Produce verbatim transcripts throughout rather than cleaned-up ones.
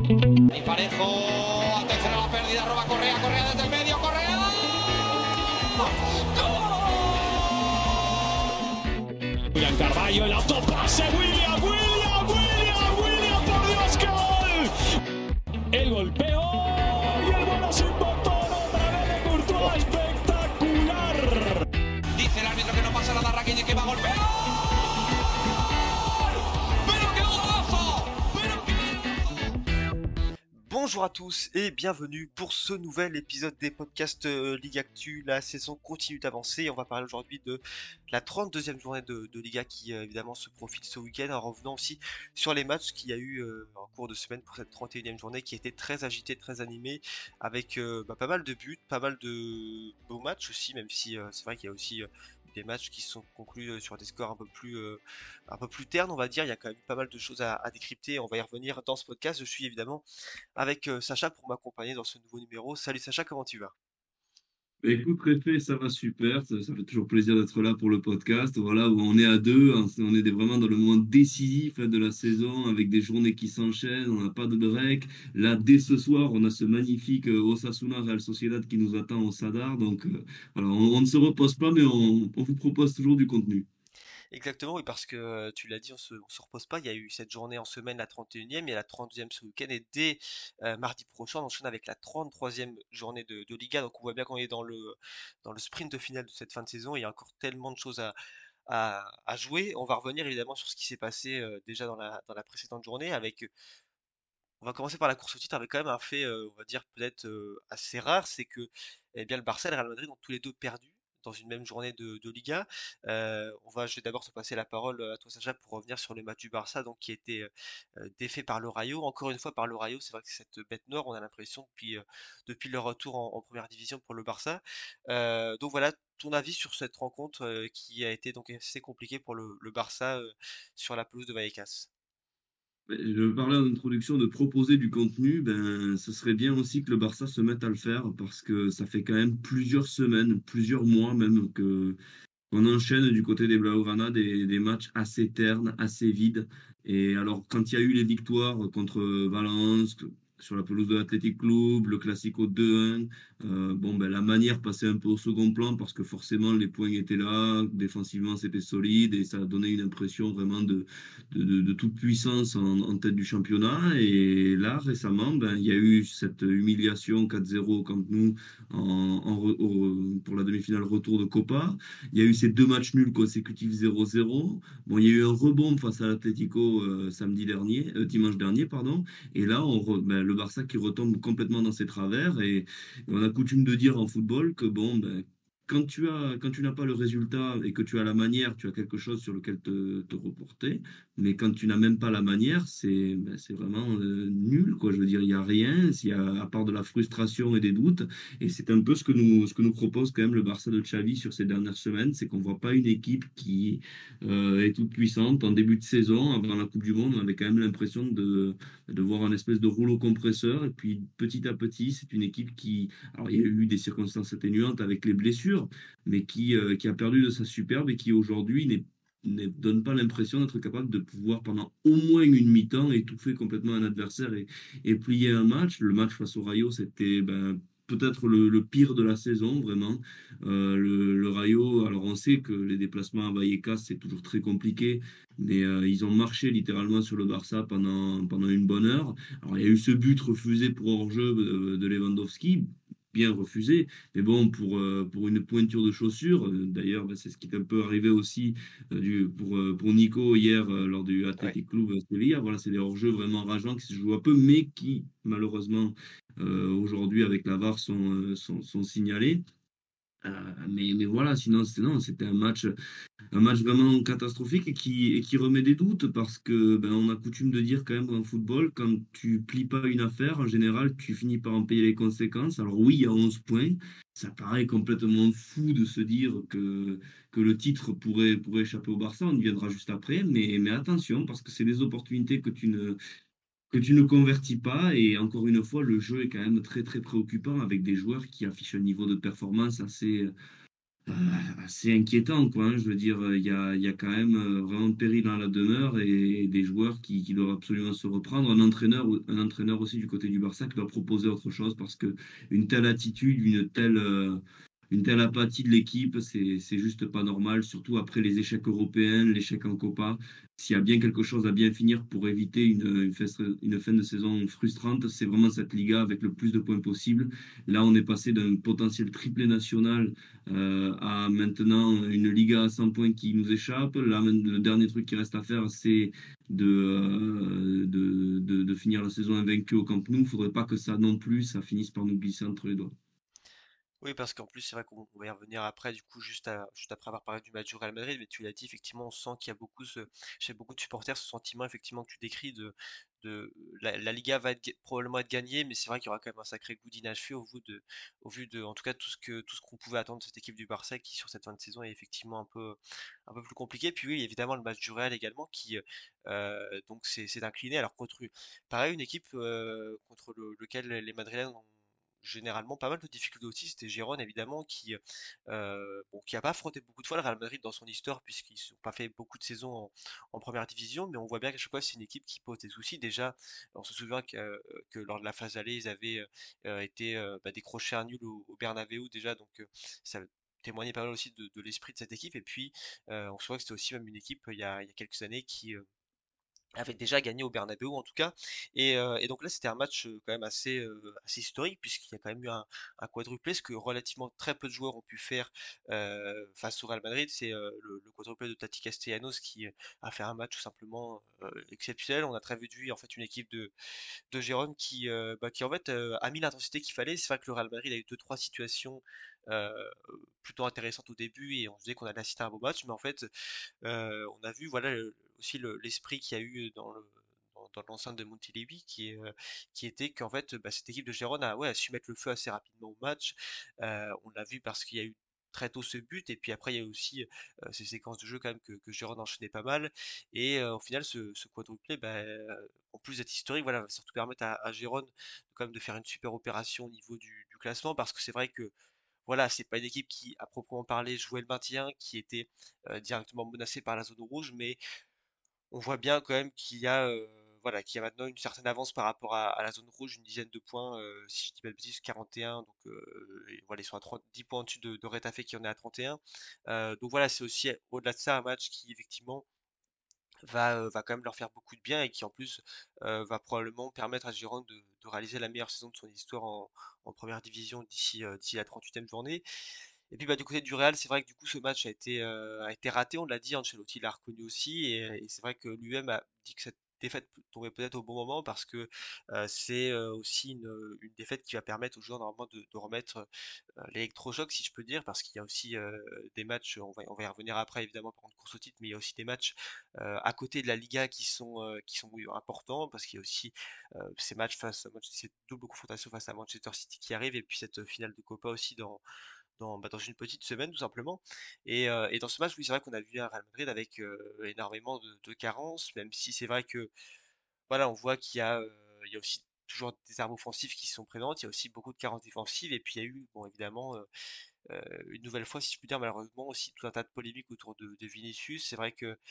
Y Parejo, atención a la pérdida, roba Correa, Correa desde el medio, Correa. ¡Gol! William Carvalho, el autopase, William, William, William, William, por Dios, qué gol. El golpeo y el vuelo sin motor, otra vez de Courtois, espectacular. Dice el árbitro que no pasa nada, Rakitic que va a golpear. Bonjour à tous et bienvenue pour ce nouvel épisode des podcasts euh, Ligue Actu. La saison continue d'avancer et on va parler aujourd'hui de la trente-deuxième journée de, de Liga qui euh, évidemment se profile ce week-end en revenant aussi sur les matchs qu'il y a eu euh, en cours de semaine pour cette trente et unième journée qui était très agitée, très animée avec euh, bah, pas mal de buts, pas mal de beaux matchs aussi, même si euh, c'est vrai qu'il y a aussi euh, des matchs qui sont conclus sur des scores un peu plus euh, un peu plus ternes, on va dire. Il y a quand même pas mal de choses à, à décrypter, on va y revenir dans ce podcast. Je suis évidemment avec euh, Sacha pour m'accompagner dans ce nouveau numéro. Salut Sacha, comment tu vas? Écoute, Réfé, ça va super. Ça, ça fait toujours plaisir d'être là pour le podcast. Voilà, où on est à deux. Hein, on est des- vraiment dans le moment décisif hein, de la saison avec des journées qui s'enchaînent. On n'a pas de break. Là, dès ce soir, on a ce magnifique euh, Osasuna Real Sociedad qui nous attend au Sadar. Donc, euh, voilà, on, on ne se repose pas, mais on, on vous propose toujours du contenu. Exactement, oui, parce que euh, tu l'as dit, on se, on se repose pas. Il y a eu cette journée en semaine, la trente et unième, il y a la trente-deuxième ce week-end, et dès euh, mardi prochain, on enchaîne avec la trente-troisième journée de, de Liga. Donc on voit bien qu'on est dans le, dans le sprint final de cette fin de saison. Il y a encore tellement de choses à, à, à jouer. On va revenir évidemment sur ce qui s'est passé euh, déjà dans la, dans la précédente journée avec. On va commencer par la course au titre avec quand même un fait, euh, on va dire peut-être euh, assez rare, c'est que eh bien, le Barça et le Real Madrid ont tous les deux perdu dans une même journée de, de Liga. Euh, on va, je vais d'abord te passer la parole à toi Sacha pour revenir sur le match du Barça, donc qui a été euh, défait par le Rayo. Encore une fois par le Rayo, c'est vrai que cette bête noire, on a l'impression depuis euh, depuis le retour en, en première division pour le Barça. Euh, donc voilà, ton avis sur cette rencontre euh, qui a été donc assez compliquée pour le, le Barça euh, sur la pelouse de Vallecas. Je parlais en introduction de proposer du contenu. Ben, ce serait bien aussi que le Barça se mette à le faire parce que ça fait quand même plusieurs semaines, plusieurs mois même que on enchaîne du côté des Blaugrana des, des matchs assez ternes, assez vides. Et alors, quand il y a eu les victoires contre Valence, sur la pelouse de l'Athletic Club, le Classico deux un, euh, bon, ben, la manière passait un peu au second plan parce que forcément les points étaient là, défensivement c'était solide et ça a donné une impression vraiment de, de, de, de toute puissance en, en tête du championnat. Et là, récemment, ben, il y a eu cette humiliation quatre zéro au Camp Nou en, en, au- pour la demi-finale retour de Copa. Il y a eu ces deux matchs nuls consécutifs zéro zéro. Bon, il y a eu un rebond face à l'Atlético euh, samedi dernier, euh, dimanche dernier, pardon. Et là, on re- ben, le Barça qui retombe complètement dans ses travers. Et, et on a coutume de dire en football que bon, ben, quand tu as, quand tu n'as pas le résultat et que tu as la manière, tu as quelque chose sur lequel te, te reporter. Mais quand tu n'as même pas la manière, c'est ben, c'est vraiment euh, nul, quoi. Je veux dire, il n'y a rien, s'il y a, à part de la frustration et des doutes. Et c'est un peu ce que nous, ce que nous propose quand même le Barça de Xavi sur ces dernières semaines, c'est qu'on voit pas une équipe qui euh, est toute puissante. En début de saison, avant la Coupe du Monde, on avait quand même l'impression de, de voir un espèce de rouleau compresseur. Et puis petit à petit, c'est une équipe qui, alors il y a eu des circonstances atténuantes avec les blessures, mais qui, euh, qui a perdu de sa superbe et qui aujourd'hui n'est ne donne pas l'impression d'être capable de pouvoir pendant au moins une mi-temps étouffer complètement un adversaire et, et plier un match. Le match face au Rayo, c'était ben, peut-être le, le pire de la saison, vraiment. Euh, le, le Rayo, alors on sait que les déplacements à Vallecas, c'est toujours très compliqué, mais euh, ils ont marché littéralement sur le Barça pendant, pendant une bonne heure. Alors il y a eu ce but refusé pour hors-jeu de, de Lewandowski, bien refusé, mais bon, pour, euh, pour une pointure de chaussure, euh, d'ailleurs, ben, c'est ce qui est un peu arrivé aussi euh, du, pour, euh, pour Nico hier euh, lors du Ouais. Athletic Club Sevilla. Voilà, c'est des hors-jeux vraiment rageants qui se jouent un peu, mais qui, malheureusement, euh, aujourd'hui avec la V A R sont, euh, sont, sont signalés. Euh, mais, mais voilà, sinon c'était non, c'était un match, un match vraiment catastrophique et qui, et qui remet des doutes parce que ben, on a coutume de dire quand même en football, quand tu plies pas une affaire, en général, tu finis par en payer les conséquences. Alors oui, il y a onze points. Ça paraît complètement fou de se dire que, que le titre pourrait, pourrait échapper au Barça. On y viendra juste après. Mais, mais attention, parce que c'est des opportunités que tu ne, que tu ne convertis pas. Et encore une fois, le jeu est quand même très, très préoccupant avec des joueurs qui affichent un niveau de performance assez, euh, assez inquiétant, quoi, hein. Je veux dire, euh, il y a, il y a quand même euh, vraiment de péril dans la demeure et, et des joueurs qui, qui doivent absolument se reprendre. Un entraîneur, un entraîneur aussi du côté du Barça qui doit proposer autre chose parce que une telle attitude, une telle, euh, une telle apathie de l'équipe, c'est, c'est juste pas normal, surtout après les échecs européens, l'échec en Copa. S'il y a bien quelque chose à bien finir pour éviter une, une, fin, une fin de saison frustrante, c'est vraiment cette Liga avec le plus de points possible. Là, on est passé d'un potentiel triplé national euh, à maintenant une Liga à cent points qui nous échappe. Là, le dernier truc qui reste à faire, c'est de, euh, de, de, de finir la saison invaincue au Camp Nou. Il ne faudrait pas que ça non plus, ça finisse par nous glisser entre les doigts. Oui, parce qu'en plus, c'est vrai qu'on on va y revenir après, du coup, juste, à- juste après avoir parlé du match du Real Madrid, mais tu l'as dit, effectivement, on sent qu'il y a beaucoup ce, chez beaucoup de supporters ce sentiment, effectivement, que tu décris de, de la, la Liga va être, ga- probablement être gagnée, mais c'est vrai qu'il y aura quand même un sacré goût d'inachevé au vu de, au vu de, en tout cas, tout ce que, tout ce qu'on pouvait attendre de cette équipe du Barça qui, sur cette fin de saison, est effectivement un peu, un peu plus compliqué. Puis oui, évidemment, le match du Real également, qui, euh, donc, c'est, c'est incliné. Alors, contre, pareil, une équipe, euh, contre le- lequel les Madrilènes ont généralement pas mal de difficultés aussi. C'était Gérone évidemment qui, euh, bon, qui a pas affronté beaucoup de fois le Real Madrid dans son histoire puisqu'ils n'ont pas fait beaucoup de saisons en, en première division, mais on voit bien qu'à chaque fois c'est une équipe qui pose des soucis. Déjà, on se souvient que, euh, que lors de la phase allée, ils avaient euh, été euh, bah, décrochés un nul au, au Bernabéu déjà, donc euh, ça témoignait pas mal aussi de, de l'esprit de cette équipe. Et puis, euh, on se voit que c'était aussi même une équipe il y a, il y a quelques années qui, euh, avait déjà gagné au Bernabéu en tout cas. Et, euh, et donc là, c'était un match euh, quand même assez, euh, assez historique puisqu'il y a quand même eu un, un quadruplé, ce que relativement très peu de joueurs ont pu faire euh, face au Real Madrid. C'est euh, le, le quadruplé de Tati Castellanos qui euh, a fait un match tout simplement euh, exceptionnel. On a très vu de lui en fait une équipe de, de Gérone qui, euh, bah, qui en fait euh, a mis l'intensité qu'il fallait. C'est vrai que le Real Madrid a eu deux trois situations euh, plutôt intéressantes au début et on se disait qu'on allait assister à un beau match, mais en fait euh, on a vu voilà le- aussi le- l'esprit qu'il y a eu dans le dans, dans l'enceinte de Montilivi qui est euh, qui était qu'en fait bah, cette équipe de Gérone a, ouais, a su mettre le feu assez rapidement au match. Euh, on l'a vu parce qu'il y a eu très tôt ce but et puis après il y a eu aussi euh, ces séquences de jeu quand même que, que Gérone enchaînait pas mal et euh, au final ce, ce quadruplé bah, euh, en plus d'être historique voilà va surtout permettre à, à Gérone de, quand même de faire une super opération au niveau du, du classement parce que c'est vrai que voilà, c'est pas une équipe qui, à proprement parler, jouait le maintien, qui était euh, directement menacée par la zone rouge, mais on voit bien quand même qu'il y a, euh, voilà, qu'il y a maintenant une certaine avance par rapport à, à la zone rouge, une dizaine de points, euh, si je dis pas de bêtises, quarante et un, donc euh, et voilà, ils sont à trente dix points au-dessus de, de Retafe qui en est à trente et un. Euh, donc voilà, c'est aussi au-delà de ça un match qui effectivement va, euh, va quand même leur faire beaucoup de bien et qui en plus euh, va probablement permettre à Gironde de, de réaliser la meilleure saison de son histoire en, en première division d'ici euh, d'ici la trente-huitième journée. Et puis bah, du côté du Real, c'est vrai que du coup ce match a été, euh, a été raté, on l'a dit, Ancelotti l'a reconnu aussi, et, et c'est vrai que lui-même a dit que cette défaite tombait peut-être au bon moment parce que euh, c'est euh, aussi une, une défaite qui va permettre aux joueurs normalement de, de remettre euh, l'électrochoc si je peux dire, parce qu'il y a aussi euh, des matchs, on va, on va y revenir après évidemment par contre course au titre, mais il y a aussi des matchs euh, à côté de la Liga qui sont, euh, qui sont oui, importants, parce qu'il y a aussi euh, ces matchs face à Manchester, cette double confrontation face à Manchester City qui arrive, et puis cette finale de Copa aussi dans dans, bah, dans une petite semaine tout simplement. Et, euh, et dans ce match, oui, c'est vrai qu'on a vu un Real Madrid avec euh, énormément de, de carences, même si c'est vrai que voilà, on voit qu'il y a, euh, il y a aussi toujours des armes offensives qui sont présentes, il y a aussi beaucoup de carences défensives, et puis il y a eu, bon, évidemment, euh, euh, une nouvelle fois, si je puis dire, malheureusement, aussi tout un tas de polémiques autour de, de Vinicius. C'est vrai que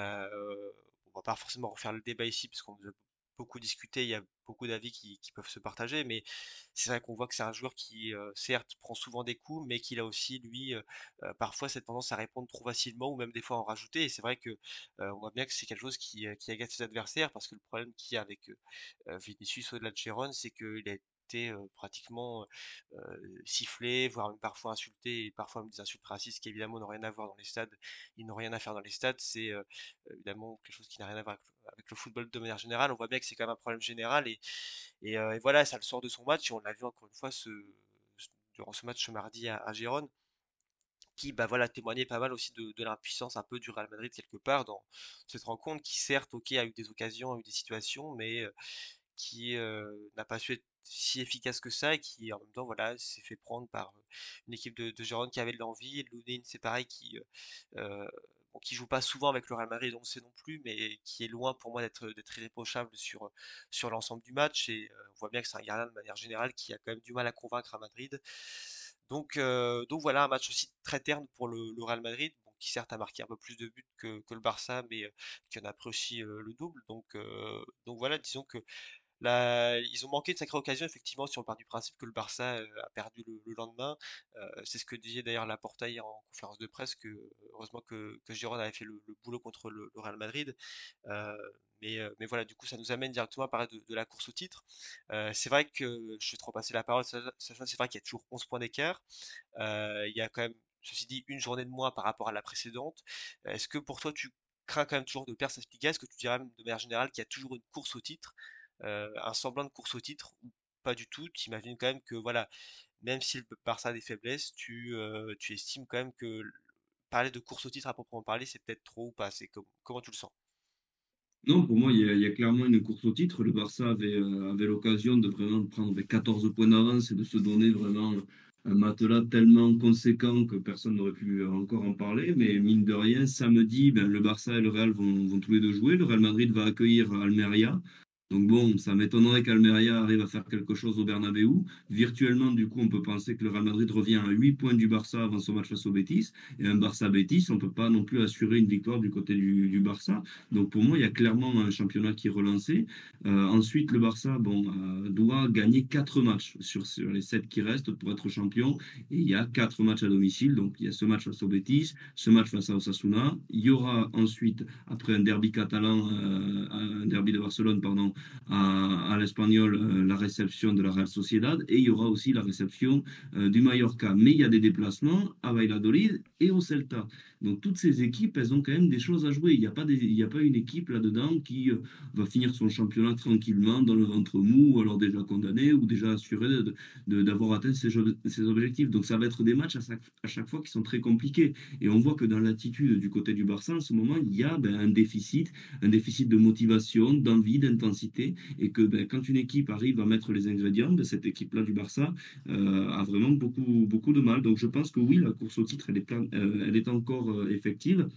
euh, on va pas forcément refaire le débat ici, parce qu'on nous a beaucoup discuté, il y a beaucoup d'avis qui, qui peuvent se partager, mais c'est vrai qu'on voit que c'est un joueur qui, euh, certes, prend souvent des coups, mais qu'il a aussi, lui, euh, euh, parfois cette tendance à répondre trop facilement, ou même des fois en rajouter, et c'est vrai que euh, on voit bien que c'est quelque chose qui, euh, qui agace ses adversaires, parce que le problème qu'il y a avec euh, euh, Vinicius au-delà de Gérone, c'est qu'il a été euh, pratiquement euh, siffler, voire même parfois insulter, et parfois même des insultes racistes qui évidemment n'ont rien à voir dans les stades, ils n'ont rien à faire dans les stades, c'est euh, évidemment quelque chose qui n'a rien à voir avec, avec le football de manière générale. On voit bien que c'est quand même un problème général et, et, euh, et voilà, ça le sort de son match et on l'a vu encore une fois ce, ce- durant ce match ce mardi à, à Gérone, qui bah voilà témoignait pas mal aussi de, de l'impuissance un peu du Real Madrid quelque part dans cette rencontre qui certes ok a eu des occasions, a eu des situations, mais euh, qui euh, n'a pas su être si efficace que ça et qui en même temps voilà s'est fait prendre par euh, une équipe de, de Gérone qui avait de l'envie. Lounine c'est pareil qui euh, euh, bon, qui joue pas souvent avec le Real Madrid on le sait non plus mais qui est loin pour moi d'être d'être irréprochable sur sur l'ensemble du match et euh, on voit bien que c'est un gardien de manière générale qui a quand même du mal à convaincre à Madrid Donc, euh, donc voilà, un match aussi très terne pour le, le Real Madrid, bon, qui certes a marqué un peu plus de buts que, que le Barça, mais euh, qui en a pris aussi euh, le double. Donc, euh, donc voilà, disons que là, ils ont manqué de sacrées occasions, effectivement, si on part du principe que le Barça euh, a perdu le, le lendemain. Euh, c'est ce que disait d'ailleurs Laporta hier en conférence de presse, que heureusement que, que Giroud avait fait le, le boulot contre le, le Real Madrid. Euh, mais, euh, mais voilà, du coup, ça nous amène directement à parler de, de la course au titre. Euh, c'est vrai que je vais te repasser la parole, Sacha, Sacha, c'est vrai qu'il y a toujours onze points d'écart. Euh, il y a quand même, ceci dit, une journée de moins par rapport à la précédente. Est-ce que pour toi, tu crains quand même toujours de perdre cette Liga? Est-ce que tu dirais même de manière générale qu'il y a toujours une course au titre, euh, un semblant de course au titre, ou pas du tout? Tu imagines quand même que, voilà, même si le Barça a des faiblesses, tu, euh, tu estimes quand même que parler de course au titre à proprement parler, c'est peut-être trop ou pas? C'est com- comment tu le sens? Non, pour moi, il y a, il y a clairement une course au titre. Le Barça avait, euh, avait l'occasion de vraiment prendre ben, quatorze points d'avance et de se donner vraiment un matelas tellement conséquent que personne n'aurait pu encore en parler. Mais mine de rien, samedi, ben, le Barça et le Real vont, vont tous les deux jouer. Le Real Madrid va accueillir Almeria. Donc bon, ça m'étonnerait qu'Almeria arrive à faire quelque chose au Bernabéu. Virtuellement, du coup, on peut penser que le Real Madrid revient à huit points du Barça avant son match face au Betis. Et un Barça-Betis, on ne peut pas non plus assurer une victoire du côté du, du Barça. Donc pour moi, il y a clairement un championnat qui est relancé. Euh, ensuite, le Barça bon, euh, doit gagner quatre matchs sur, sur les sept qui restent pour être champion. Et il y a quatre matchs à domicile. Donc il y a ce match face au Betis, ce match face à Osasuna. Il y aura ensuite, après un derby catalan, euh, un derby de Barcelone, pardon, à, à l'Espagnol, euh, la réception de la Real Sociedad. Et il y aura aussi la réception euh, du Mallorca. Mais il y a des déplacements à Valladolid et au Celta. Donc toutes ces équipes, elles ont quand même des choses à jouer. Il n'y a pas des, il y a pas une équipe là-dedans qui euh, va finir son championnat tranquillement dans le ventre mou, ou alors déjà condamné ou déjà assuré de- de- d'avoir atteint ses, jeux- ses objectifs. Donc ça va être des matchs à chaque, à chaque fois qui sont très compliqués. Et on voit que dans l'attitude du côté du Barça, en ce moment, il y a ben, un déficit, un déficit de motivation, d'envie, d'intensité, et que ben, quand une équipe arrive à mettre les ingrédients, ben, cette équipe-là du Barça euh, a vraiment beaucoup, beaucoup de mal. Donc je pense que oui, la course au titre, elle est, plein- euh, elle est encore euh, effective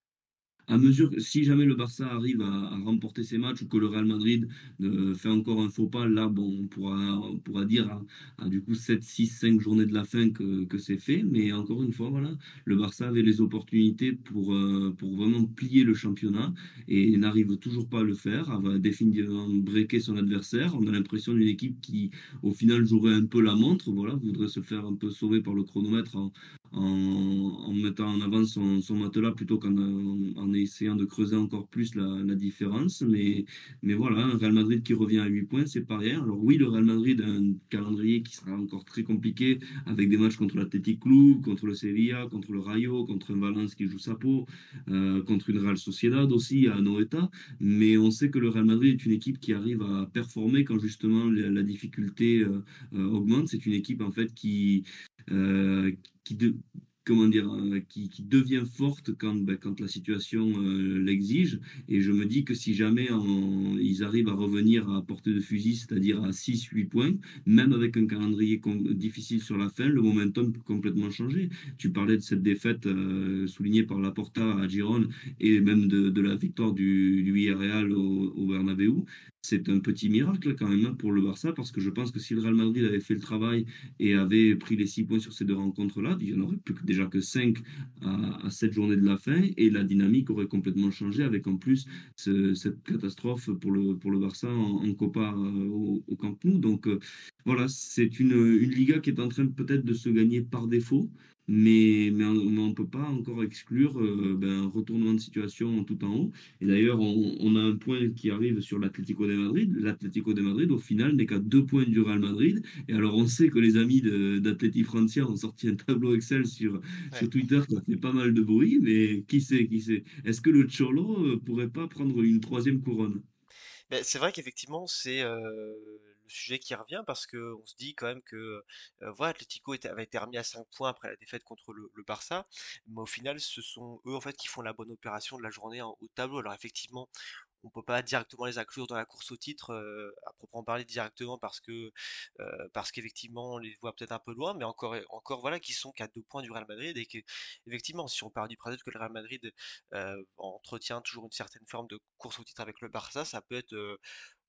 à mesure que si jamais le Barça arrive à, à remporter ses matchs ou que le Real Madrid euh, fait encore un faux pas, là, bon, on pourra, on pourra dire à, à du coup sept six cinq journées de la fin que, que c'est fait. Mais encore une fois, voilà, le Barça avait les opportunités pour, euh, pour vraiment plier le championnat et n'arrive toujours pas à le faire, à va définitivement breaker son adversaire. On a l'impression d'une équipe qui, au final, jouerait un peu la montre, voilà, voudrait se faire un peu sauver par le chronomètre en, en, en mettant en avant son, son matelas plutôt qu'en en, en essayant de creuser encore plus la, la différence. Mais, mais voilà, un Real Madrid qui revient à huit points, c'est pas rien. Alors oui, le Real Madrid a un calendrier qui sera encore très compliqué avec des matchs contre l'Athletic Club, contre le Sevilla, contre le Rayo, contre un Valence qui joue sa peau, euh, contre une Real Sociedad aussi à Anoeta. Mais on sait que le Real Madrid est une équipe qui arrive à performer quand justement la, la difficulté euh, euh, augmente. C'est une équipe en fait qui euh, qui de- comment dire, euh, qui, qui devient forte quand, ben, quand la situation euh, l'exige. Et je me dis que si jamais on- ils arrivent à revenir à portée de fusil, c'est-à-dire à six huit points, même avec un calendrier com- difficile sur la fin, le momentum peut complètement changer. Tu parlais de cette défaite euh, soulignée par Laporta à Girone et même de, de la victoire du, du Villarreal au, au Bernabéu. C'est un petit miracle quand même hein, pour le Barça parce que je pense que si le Real Madrid avait fait le travail et avait pris les six points sur ces deux rencontres-là, il n'y en aurait plus que déjà que cinq à, à cette journée de la fin et la dynamique aurait complètement changé avec en plus ce- cette catastrophe pour le, pour le Barça en, en Copa euh, au, au Camp Nou. Donc euh, voilà, c'est une, une Liga qui est en train peut-être de se gagner par défaut. Mais, mais on ne peut pas encore exclure euh, ben, un retournement de situation tout en haut. Et d'ailleurs, on, on a un point qui arrive sur l'Atlético de Madrid. L'Atlético de Madrid, au final, n'est qu'à deux points du Real Madrid. Et alors, on sait que les amis de- d'Atleti Francia ont sorti un tableau Excel sur, Ouais. sur Twitter qui a fait pas mal de bruit, mais qui sait, qui sait? Est-ce que le Cholo euh, pourrait pas prendre une troisième couronne? Mais c'est vrai qu'effectivement, c'est euh, le sujet qui revient parce que on se dit quand même que euh, voilà, Atlético était- avait été remis à cinq points après la défaite contre le, le Barça, mais au final, ce sont eux en fait qui font la bonne opération de la journée en- au tableau. Alors effectivement, on peut pas directement les inclure dans la course au titre euh, à proprement parler directement parce que euh, parce qu'effectivement on les voit peut-être un peu loin, mais encore encore voilà qui sont qu'à deux points du Real Madrid et que effectivement si on part du principe que le Real Madrid euh, entretient toujours une certaine forme de course au titre avec le Barça, ça peut être euh,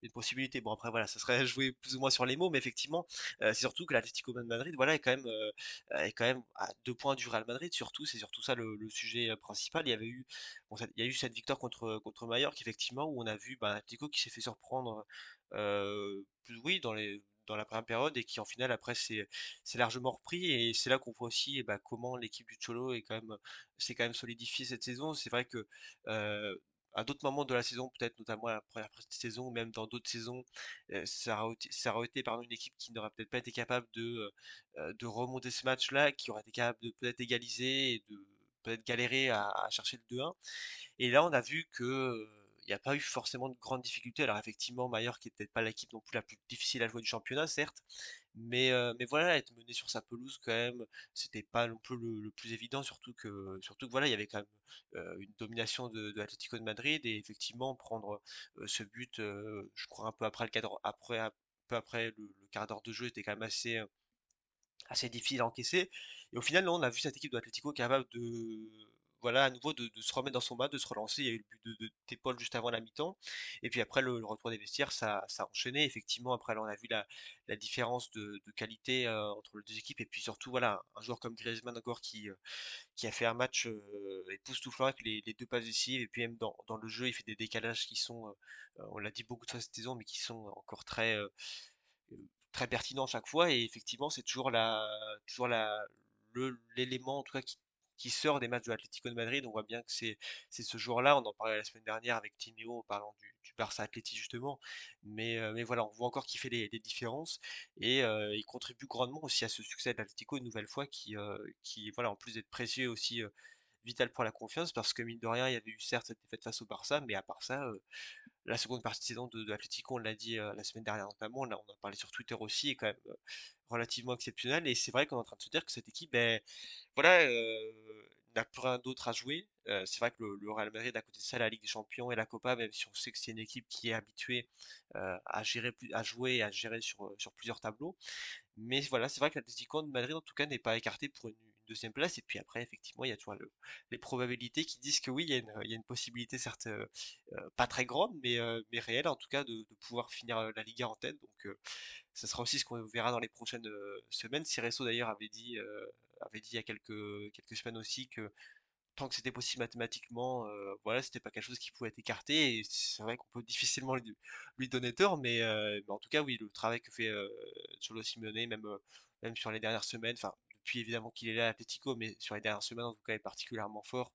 une possibilité. Bon, après, voilà, ça serait jouer plus ou moins sur les mots, mais effectivement, euh, c'est surtout que l'Atlético de Madrid, voilà, est quand même, euh, est quand même à deux points du Real Madrid, surtout, c'est surtout ça le, le sujet euh, principal. Il y avait eu, bon, ça- il y a eu cette victoire contre, contre Mallorca, effectivement, où on a vu bah, l'Atlético qui s'est fait surprendre, euh, plus, oui, dans les, dans la première période, et qui en finale, après, s'est c'est largement repris, et c'est là qu'on voit aussi eh bah, comment l'équipe du Cholo est quand même, s'est quand même solidifiée cette saison. C'est vrai que euh, à d'autres moments de la saison, peut-être notamment à la première partie de saison, ou même dans d'autres saisons, euh, ça aurait été, ça aurait été pardon, une équipe qui n'aurait peut-être pas été capable de, euh, de remonter ce match-là, qui aurait été capable de peut-être égaliser et de peut-être galérer à, à chercher le deux un. Et là, on a vu que euh, il n'y a pas eu forcément de grandes difficultés. Alors effectivement, Mallorca qui est peut-être pas l'équipe non plus la plus difficile à jouer du championnat, certes, mais, euh, mais voilà, être mené sur sa pelouse quand même, c'était pas non plus le, le plus évident, surtout que, surtout que voilà, il y avait quand même euh, une domination de, de l'Atlético de Madrid, et effectivement prendre euh, ce but, euh, je crois un peu après le cadre, après, un peu après le, le quart d'heure de jeu, était quand même assez, euh, assez difficile à encaisser. Et au final, non, on a vu cette équipe de l'Atlético capable de, voilà, à nouveau de, de se remettre dans son match, de se relancer. Il y a eu le but de, de Tepol juste avant la mi-temps. Et puis après, le, le retour des vestiaires, ça, ça a enchaîné. Effectivement, après, là, on a vu la, la différence de, de qualité euh, entre les deux équipes. Et puis surtout, voilà, un joueur comme Griezmann encore qui, euh, qui a fait un match euh, époustouflant avec les, les deux passes décisives. Et puis même dans, dans le jeu, il fait des décalages qui sont, euh, on l'a dit beaucoup de fois cette saison, mais qui sont encore très, euh, euh, très pertinent à chaque fois. Et effectivement, c'est toujours la, toujours la, le, l'élément en tout cas qui, qui sort des matchs de l'Atlético de Madrid. On voit bien que c'est, c'est ce jour-là. On en parlait la semaine dernière avec Timéo en parlant du, du Barça Atleti justement. Mais, euh, mais voilà, on voit encore qu'il fait les, les différences, et euh, il contribue grandement aussi à ce succès de l'Atlético une nouvelle fois qui, euh, qui voilà, en plus d'être précieux aussi. Euh, vital pour la confiance, parce que mine de rien il y avait eu certes cette défaite face au Barça, mais à part ça euh, la seconde partie de saison de, de l'Atlético, on l'a dit euh, la semaine dernière notamment, on, a, on en a parlé sur Twitter aussi, est quand même euh, relativement exceptionnel. Et c'est vrai qu'on est en train de se dire que cette équipe, ben, voilà, euh, n'a plus rien d'autre à jouer. Euh, c'est vrai que le, le Real Madrid, à côté de ça, la Ligue des Champions et la Copa, même si on sait que c'est une équipe qui est habituée euh, à gérer, plus- à jouer et à gérer sur, sur plusieurs tableaux. Mais voilà, c'est vrai que l'Atlético de Madrid, en tout cas, n'est pas écarté pour une, une deuxième place. Et puis après, effectivement, il y a toujours le- les probabilités qui disent que oui, il y a une, il y a une possibilité, certes, euh, euh, pas très grande, mais, euh, mais réelle, en tout cas, de, de pouvoir finir euh, la Liga en tête. Donc, euh, ça sera aussi ce qu'on verra dans les prochaines euh, semaines. Cerezo, d'ailleurs, avait dit, euh, avait dit il y a quelques, quelques semaines aussi que tant que c'était possible mathématiquement, euh, voilà, c'était pas quelque chose qui pouvait être écarté. Et c'est vrai qu'on peut difficilement lui, lui donner tort, mais, euh, mais en tout cas, oui, le travail que fait euh, Cholo Simeone, même, euh, même sur les dernières semaines, enfin, depuis évidemment qu'il est là à Atletico, mais sur les dernières semaines, en tout cas, est particulièrement fort.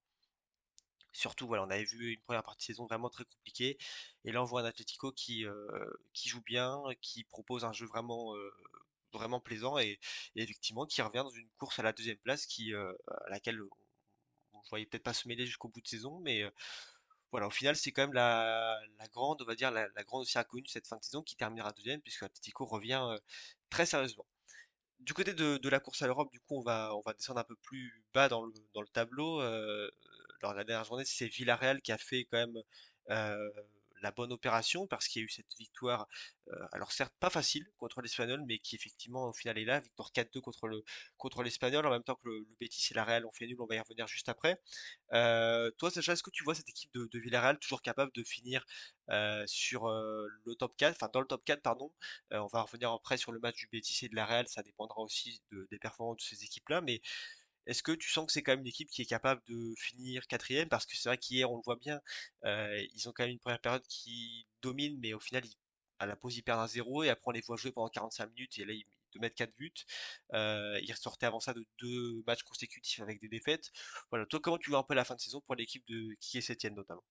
Surtout, voilà, on avait vu une première partie de saison vraiment très compliquée, et là, on voit un Atletico qui, euh, qui joue bien, qui propose un jeu vraiment, euh, vraiment plaisant, et, et effectivement, qui revient dans une course à la deuxième place, qui, euh, à laquelle on ne voyait peut-être pas se mêler jusqu'au bout de saison, mais euh, voilà, au final, c'est quand même la, la grande, on va dire, la, la grande aussi inconnue de cette fin de saison qui terminera deuxième, puisque Atletico revient euh, très sérieusement. Du côté de, de la course à l'Europe, du coup, on va, on va descendre un peu plus bas dans le, dans le tableau. Euh, lors de la dernière journée, c'est Villarreal qui a fait quand même euh, la bonne opération, parce qu'il y a eu cette victoire, euh, alors certes pas facile contre l'Espagnol, mais qui effectivement au final est là, victoire quatre deux contre le contre l'Espagnol, en même temps que le, le Betis et la Real ont fait nul, on va y revenir juste après. Euh, toi, Sacha, est-ce que tu vois cette équipe de, de Villarreal toujours capable de finir euh, sur euh, le top quatre, enfin dans le top quatre, pardon. Euh, on va revenir après sur le match du Betis et de la Real, ça dépendra aussi de- des performances de ces équipes-là, mais est-ce que tu sens que c'est quand même une équipe qui est capable de finir quatrième? Parce que c'est vrai qu'hier, on le voit bien, euh, ils ont quand même une première période qui domine, mais au final, ils- à la pause, ils perdent un zéro, et après, on les voit jouer pendant quarante-cinq minutes, et là, ils te mettent quatre buts. Euh, ils ressortaient avant ça de deux matchs consécutifs avec des défaites. Voilà, toi, comment tu vois un peu la fin de saison pour l'équipe de qui est septième notamment?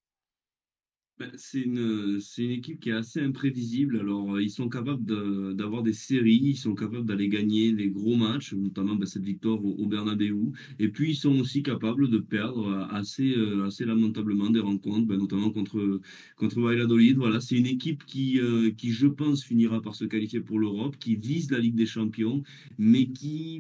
Ben, c'est une, c'est une équipe qui est assez imprévisible. Alors, euh, ils sont capables de- d'avoir des séries, ils sont capables d'aller gagner des gros matchs, notamment ben, cette victoire au, au Bernabéu. Et puis, ils sont aussi capables de perdre euh, assez, euh, assez lamentablement des rencontres, ben, notamment contre, contre Valladolid. Voilà, c'est une équipe qui, euh, qui, je pense, finira par se qualifier pour l'Europe, qui vise la Ligue des Champions, mais qui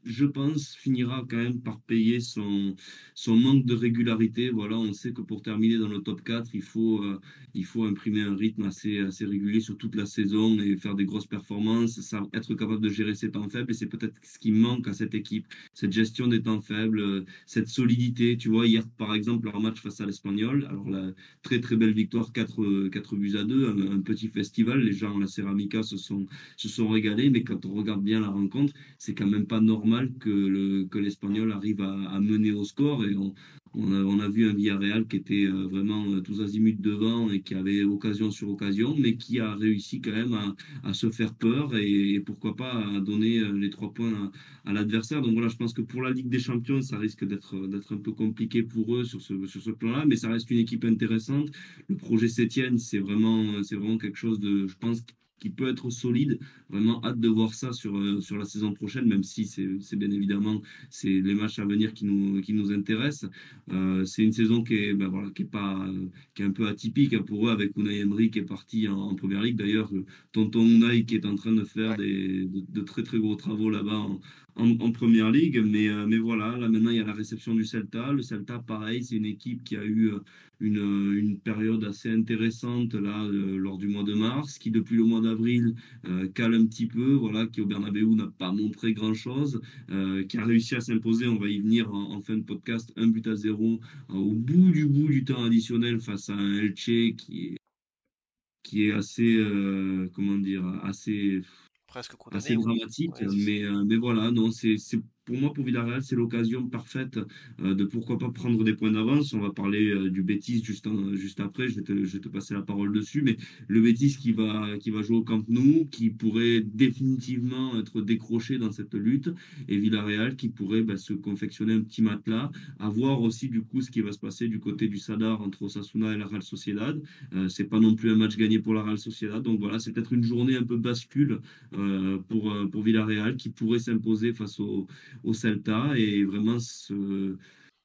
je pense, finira quand même par payer son, son manque de régularité. Voilà, on sait que pour terminer dans le top quatre, il faut, euh, il faut imprimer un rythme assez, assez régulier sur toute la saison et faire des grosses performances, ça, être capable de gérer ses temps faibles. Et c'est peut-être ce qui manque à cette équipe, cette gestion des temps faibles, euh, cette solidité. Tu vois, hier, par exemple, leur match face à l'Espagnol, alors la très très belle victoire, quatre euh, quatre buts à deux, un, un petit festival. Les gens, la Ceramica, se sont, se sont régalés, mais quand on regarde bien la rencontre, c'est quand même pas normal que le, que Mm. l'Espagnol arrive à, à mener au score. Et on, on a, on a vu un Villarreal qui était euh, vraiment euh, tous azimuts devant et qui avait occasion sur occasion, mais qui a réussi quand même à, à se faire peur et, et pourquoi pas à donner euh, les trois points à, à l'adversaire. Donc voilà, je pense que pour la Ligue des Champions, ça risque d'être d'être un peu compliqué pour eux sur ce, sur ce plan-là, mais ça reste une équipe intéressante. Le projet Sétienne, c'est vraiment, c'est vraiment quelque chose de, je pense, qui peut être solide. Vraiment hâte de voir ça sur, euh, sur la saison prochaine, même si c'est c'est bien évidemment c'est les matchs à venir qui nous, qui nous intéressent. Euh, c'est une saison qui est, ben voilà, qui est pas, euh, qui est un peu atypique hein, pour eux, avec Unai Emery qui est parti en, en Première Ligue. D'ailleurs, euh, tonton Unai qui est en train de faire Ouais. des, de, de très très gros travaux là-bas en, en, en Première Ligue. Mais, euh, mais voilà, là maintenant il y a la réception du Celta. Le Celta, pareil, c'est une équipe qui a eu euh, une, euh, une période assez intéressante là euh, lors du mois de mars, qui depuis le mois d'avril euh, cale un petit peu, voilà, qui au Bernabéu n'a pas montré grand-chose, euh, qui a réussi à s'imposer, on va y venir en, en fin de podcast, un but à zéro euh, au bout du bout du temps additionnel face à un Elche qui est, qui est assez, euh, comment dire, assez Presque assez condamné, oui. dramatique. Ouais, c'est ça. Mais, euh, mais voilà, non, c'est, c'est, pour moi, pour Villarreal, c'est l'occasion parfaite euh, de pourquoi pas prendre des points d'avance. On va parler euh, du Betis juste, en- juste après, je vais te, je vais te passer la parole dessus. Mais le Betis qui va, qui va jouer au Camp Nou, qui pourrait définitivement être décroché dans cette lutte, et Villarreal qui pourrait bah, se confectionner un petit matelas, à voir aussi du coup ce qui va se passer du côté du Sadar entre Osasuna et la Real Sociedad. Euh, c'est pas non plus un match gagné pour la Real Sociedad, donc voilà, c'est peut-être une journée un peu bascule euh, pour, euh, pour Villarreal qui pourrait s'imposer face au, au Celta et vraiment se,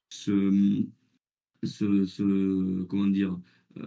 se, se, se- comment dire,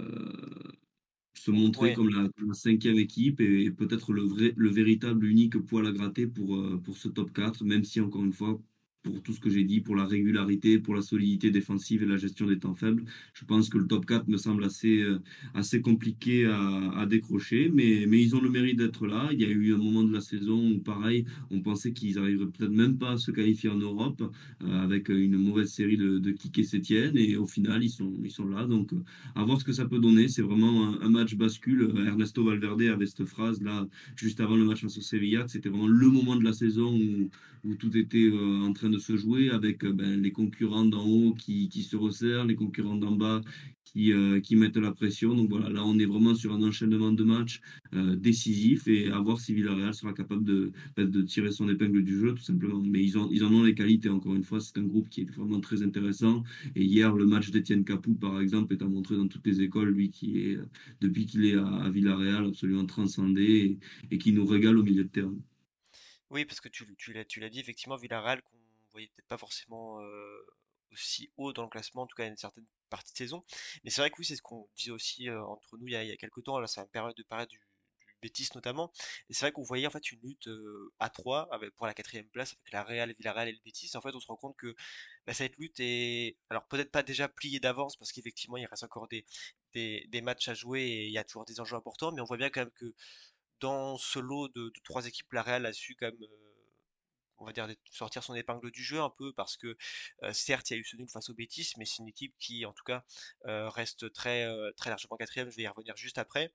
euh, se montrer Ouais. comme la, comme la cinquième équipe et, et peut-être le vrai, le véritable unique poil à gratter pour, euh, pour ce top quatre, même si encore une fois, pour tout ce que j'ai dit, pour la régularité, pour la solidité défensive et la gestion des temps faibles, je pense que le top quatre me semble assez, euh, assez compliqué à, à décrocher, mais, mais ils ont le mérite d'être là. Il y a eu un moment de la saison où, pareil, on pensait qu'ils arriveraient peut-être même pas à se qualifier en Europe, euh, avec une mauvaise série de, de Quique Sétienne, et au final, ils sont, ils sont là. Donc, à voir ce que ça peut donner. C'est vraiment un, un match bascule. Euh, Ernesto Valverde avait cette phrase là, juste avant le match face au Sevilla, que c'était vraiment le moment de la saison où, où tout était euh, en train de se jouer avec euh, ben, les concurrents d'en haut qui, qui se resserrent, les concurrents d'en bas qui, euh, qui mettent la pression. Donc voilà, là on est vraiment sur un enchaînement de matchs euh, décisif et à voir si Villarreal sera capable de, ben, de tirer son épingle du jeu tout simplement. Mais ils, ont, ils en ont les qualités, encore une fois, c'est un groupe qui est vraiment très intéressant. Et hier, le match d'Etienne Capou, par exemple, est à montrer dans toutes les écoles, lui qui est, euh, depuis qu'il est à, à Villarreal, absolument transcendé et, et qui nous régale au milieu de terrain. Oui, parce que tu, tu l'as, tu l'as dit, effectivement, Villarreal, qu'on voyait peut-être pas forcément euh, aussi haut dans le classement, en tout cas à une certaine partie de saison. Mais c'est vrai que oui, c'est ce qu'on disait aussi euh, entre nous il y a, il y a quelques temps, là, ça me permet de parler du, du Betis notamment. Et c'est vrai qu'on voyait en fait une lutte euh, à trois avec, pour la quatrième place avec la Real, Villarreal et le Betis. En fait, on se rend compte que bah, cette lutte est, alors peut-être pas déjà pliée d'avance, parce qu'effectivement, il reste encore des, des, des matchs à jouer et il y a toujours des enjeux importants, mais on voit bien quand même que dans ce lot de, de trois équipes, la Real a su quand même, euh, on va dire, sortir son épingle du jeu un peu parce que euh, certes il y a eu ce nul face au Betis, mais c'est une équipe qui en tout cas euh, reste très, euh, très largement quatrième. Je vais y revenir juste après.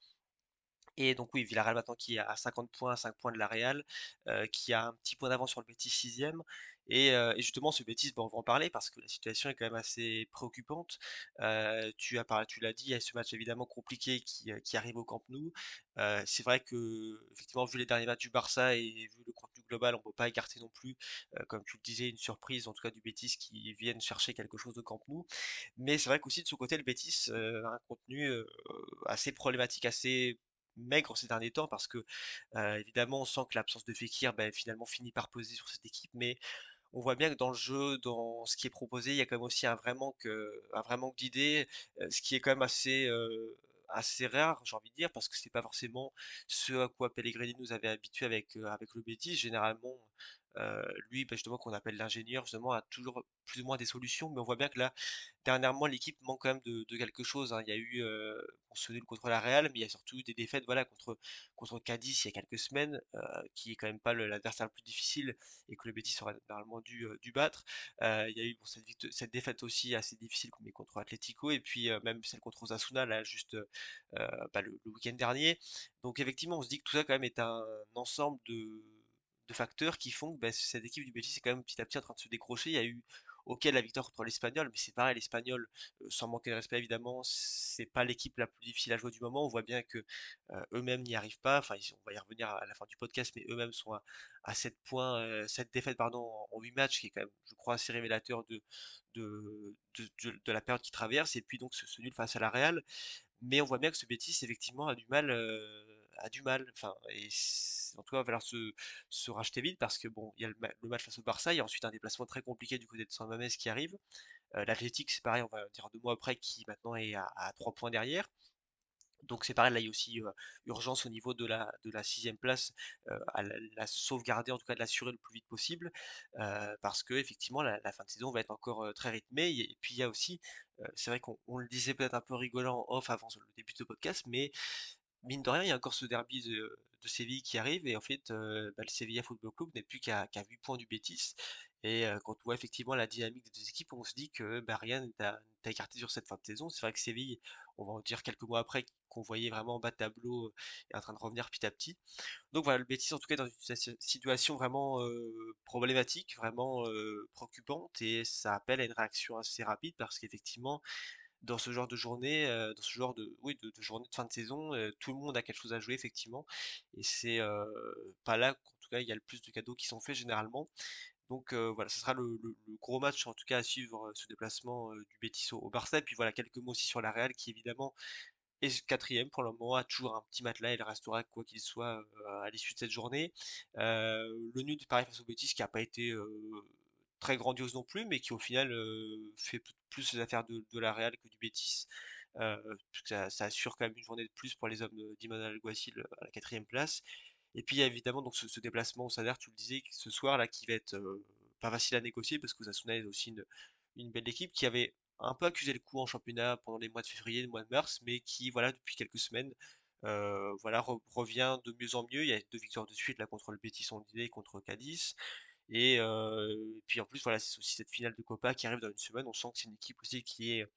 Et donc oui, Villarreal maintenant qui est à cinquante points, cinq points de la Real, euh, qui a un petit point d'avance sur le Betis sixième. Et, euh, et justement, ce Betis, bon, on va en parler parce que la situation est quand même assez préoccupante. Euh, tu as parlé, tu l'as dit, il y a ce match évidemment compliqué qui, euh, qui arrive au Camp Nou. Euh, c'est vrai que, effectivement, vu les derniers matchs du Barça et vu le contenu global, on ne peut pas écarter non plus, euh, comme tu le disais, une surprise, en tout cas du Betis qui viennent chercher quelque chose au Camp Nou. Mais c'est vrai qu'aussi de son côté, le Betis euh, a un contenu euh, assez problématique, assez maigre ces derniers temps parce que euh, évidemment on sent que l'absence de Fekir ben, finalement finit par peser sur cette équipe, mais on voit bien que dans le jeu, dans ce qui est proposé, il y a quand même aussi un vrai manque, euh, un vrai manque d'idées, euh, ce qui est quand même assez, euh, assez rare, j'ai envie de dire, parce que c'est pas forcément ce à quoi Pellegrini nous avait habitué avec, euh, avec le Betis. Généralement, euh, lui, bah, justement, qu'on appelle l'ingénieur, justement, a toujours plus ou moins des solutions, mais on voit bien que là, dernièrement, l'équipe manque quand même de, de quelque chose, hein. Il y a eu euh, bon, ce nul contre la Real, mais il y a surtout eu des défaites, voilà, contre, contre Cadiz il y a quelques semaines, euh, qui est quand même pas le- l'adversaire le plus difficile et que le Betis aurait normalement dû, euh, dû battre. Euh, il y a eu bon, cette, victo- cette défaite aussi assez difficile mais contre Atlético et puis euh, même celle contre Osasuna là juste euh, euh, bah, le, le week-end dernier. Donc effectivement, on se dit que tout ça quand même est un ensemble de, de facteurs qui font que bah, cette équipe du Betis est quand même petit à petit en train de se décrocher. Il y a eu ok la victoire contre l'Espagnol, mais c'est pareil, l'Espagnol, euh, sans manquer de respect évidemment, c'est pas l'équipe la plus difficile à jouer du moment. On voit bien que euh, eux-mêmes n'y arrivent pas. Enfin, ils- on va y revenir à la fin du podcast, mais eux-mêmes sont à, à sept points, euh, sept défaites pardon, en, en huit matchs, qui est quand même, je crois, assez révélateur de, de, de, de- de la période qu'ils traversent. Et puis donc ce, ce nul face à la Real. Mais on voit bien que ce Betis, effectivement, a du mal, euh, a du mal. Enfin, et c'est- en tout cas, il va falloir se, se racheter vite parce que bon, il y a le, ma- le match face au Barça, il y a ensuite un déplacement très compliqué du côté de San Mamés qui arrive. Euh, L'Atlético, c'est pareil, on va dire deux mois après, qui maintenant est à, à trois points derrière. Donc c'est pareil, là il y a aussi euh, urgence au niveau de la, de la sixième place, euh, à la, la sauvegarder, en tout cas de l'assurer le plus vite possible, euh, parce que effectivement la, la fin de saison va être encore euh, très rythmée. Et, et puis il y a aussi, euh, c'est vrai qu'on on le disait peut-être un peu rigolant en off avant le début de ce podcast, mais mine de rien, il y a encore ce derby de, de Séville qui arrive, et en fait, euh, bah, le Sevilla Football Club n'est plus qu'à qu'à huit points du Betis. Et euh, quand on voit effectivement la dynamique des deux équipes, on se dit que bah, rien n'est à, n'est à écarter sur cette fin de saison. C'est vrai que Séville, on va en dire quelques mois après, qu'on voyait vraiment en bas de tableau, euh, est en train de revenir petit à petit. Donc voilà, le Betis en tout cas est dans une si- situation vraiment euh, problématique, vraiment euh, préoccupante, et ça appelle à une réaction assez rapide parce qu'effectivement, dans ce genre de journée, euh, dans ce genre de, oui, de, de journée de fin de saison, euh, tout le monde a quelque chose à jouer effectivement, et c'est euh, pas là qu'en tout cas il y a le plus de cadeaux qui sont faits généralement. Donc euh, voilà, ce sera le, le- le gros match en tout cas à suivre, euh, ce déplacement euh, du Betis au, au Barça. Et puis voilà, quelques mots aussi sur la Real qui évidemment est quatrième pour le moment, a toujours un petit matelas, il restera quoi qu'il soit euh, à l'issue de cette journée. Euh, le nul pareil face au Betis qui n'a pas été euh, très grandiose non plus, mais qui au final euh, fait p- plus les affaires de, de la Real que du Betis. Euh, parce que ça, ça assure quand même une journée de plus pour les hommes de- d'Imanol Alguacil à la quatrième place. Et puis il y a évidemment donc ce, ce déplacement au Sadar, tu le disais, ce soir là, qui va être euh, pas facile à négocier parce que Osasuna est aussi une, une belle équipe qui avait un peu accusé le coup en championnat pendant les mois de février, les mois de mars, mais qui voilà depuis quelques semaines euh, voilà re- revient de mieux en mieux. Il y a deux victoires de suite là contre le Betis, on le disait, et contre Cadiz. Et, euh, et puis en plus voilà, c'est aussi cette finale de Copa qui arrive dans une semaine. On sent que c'est une équipe aussi qui est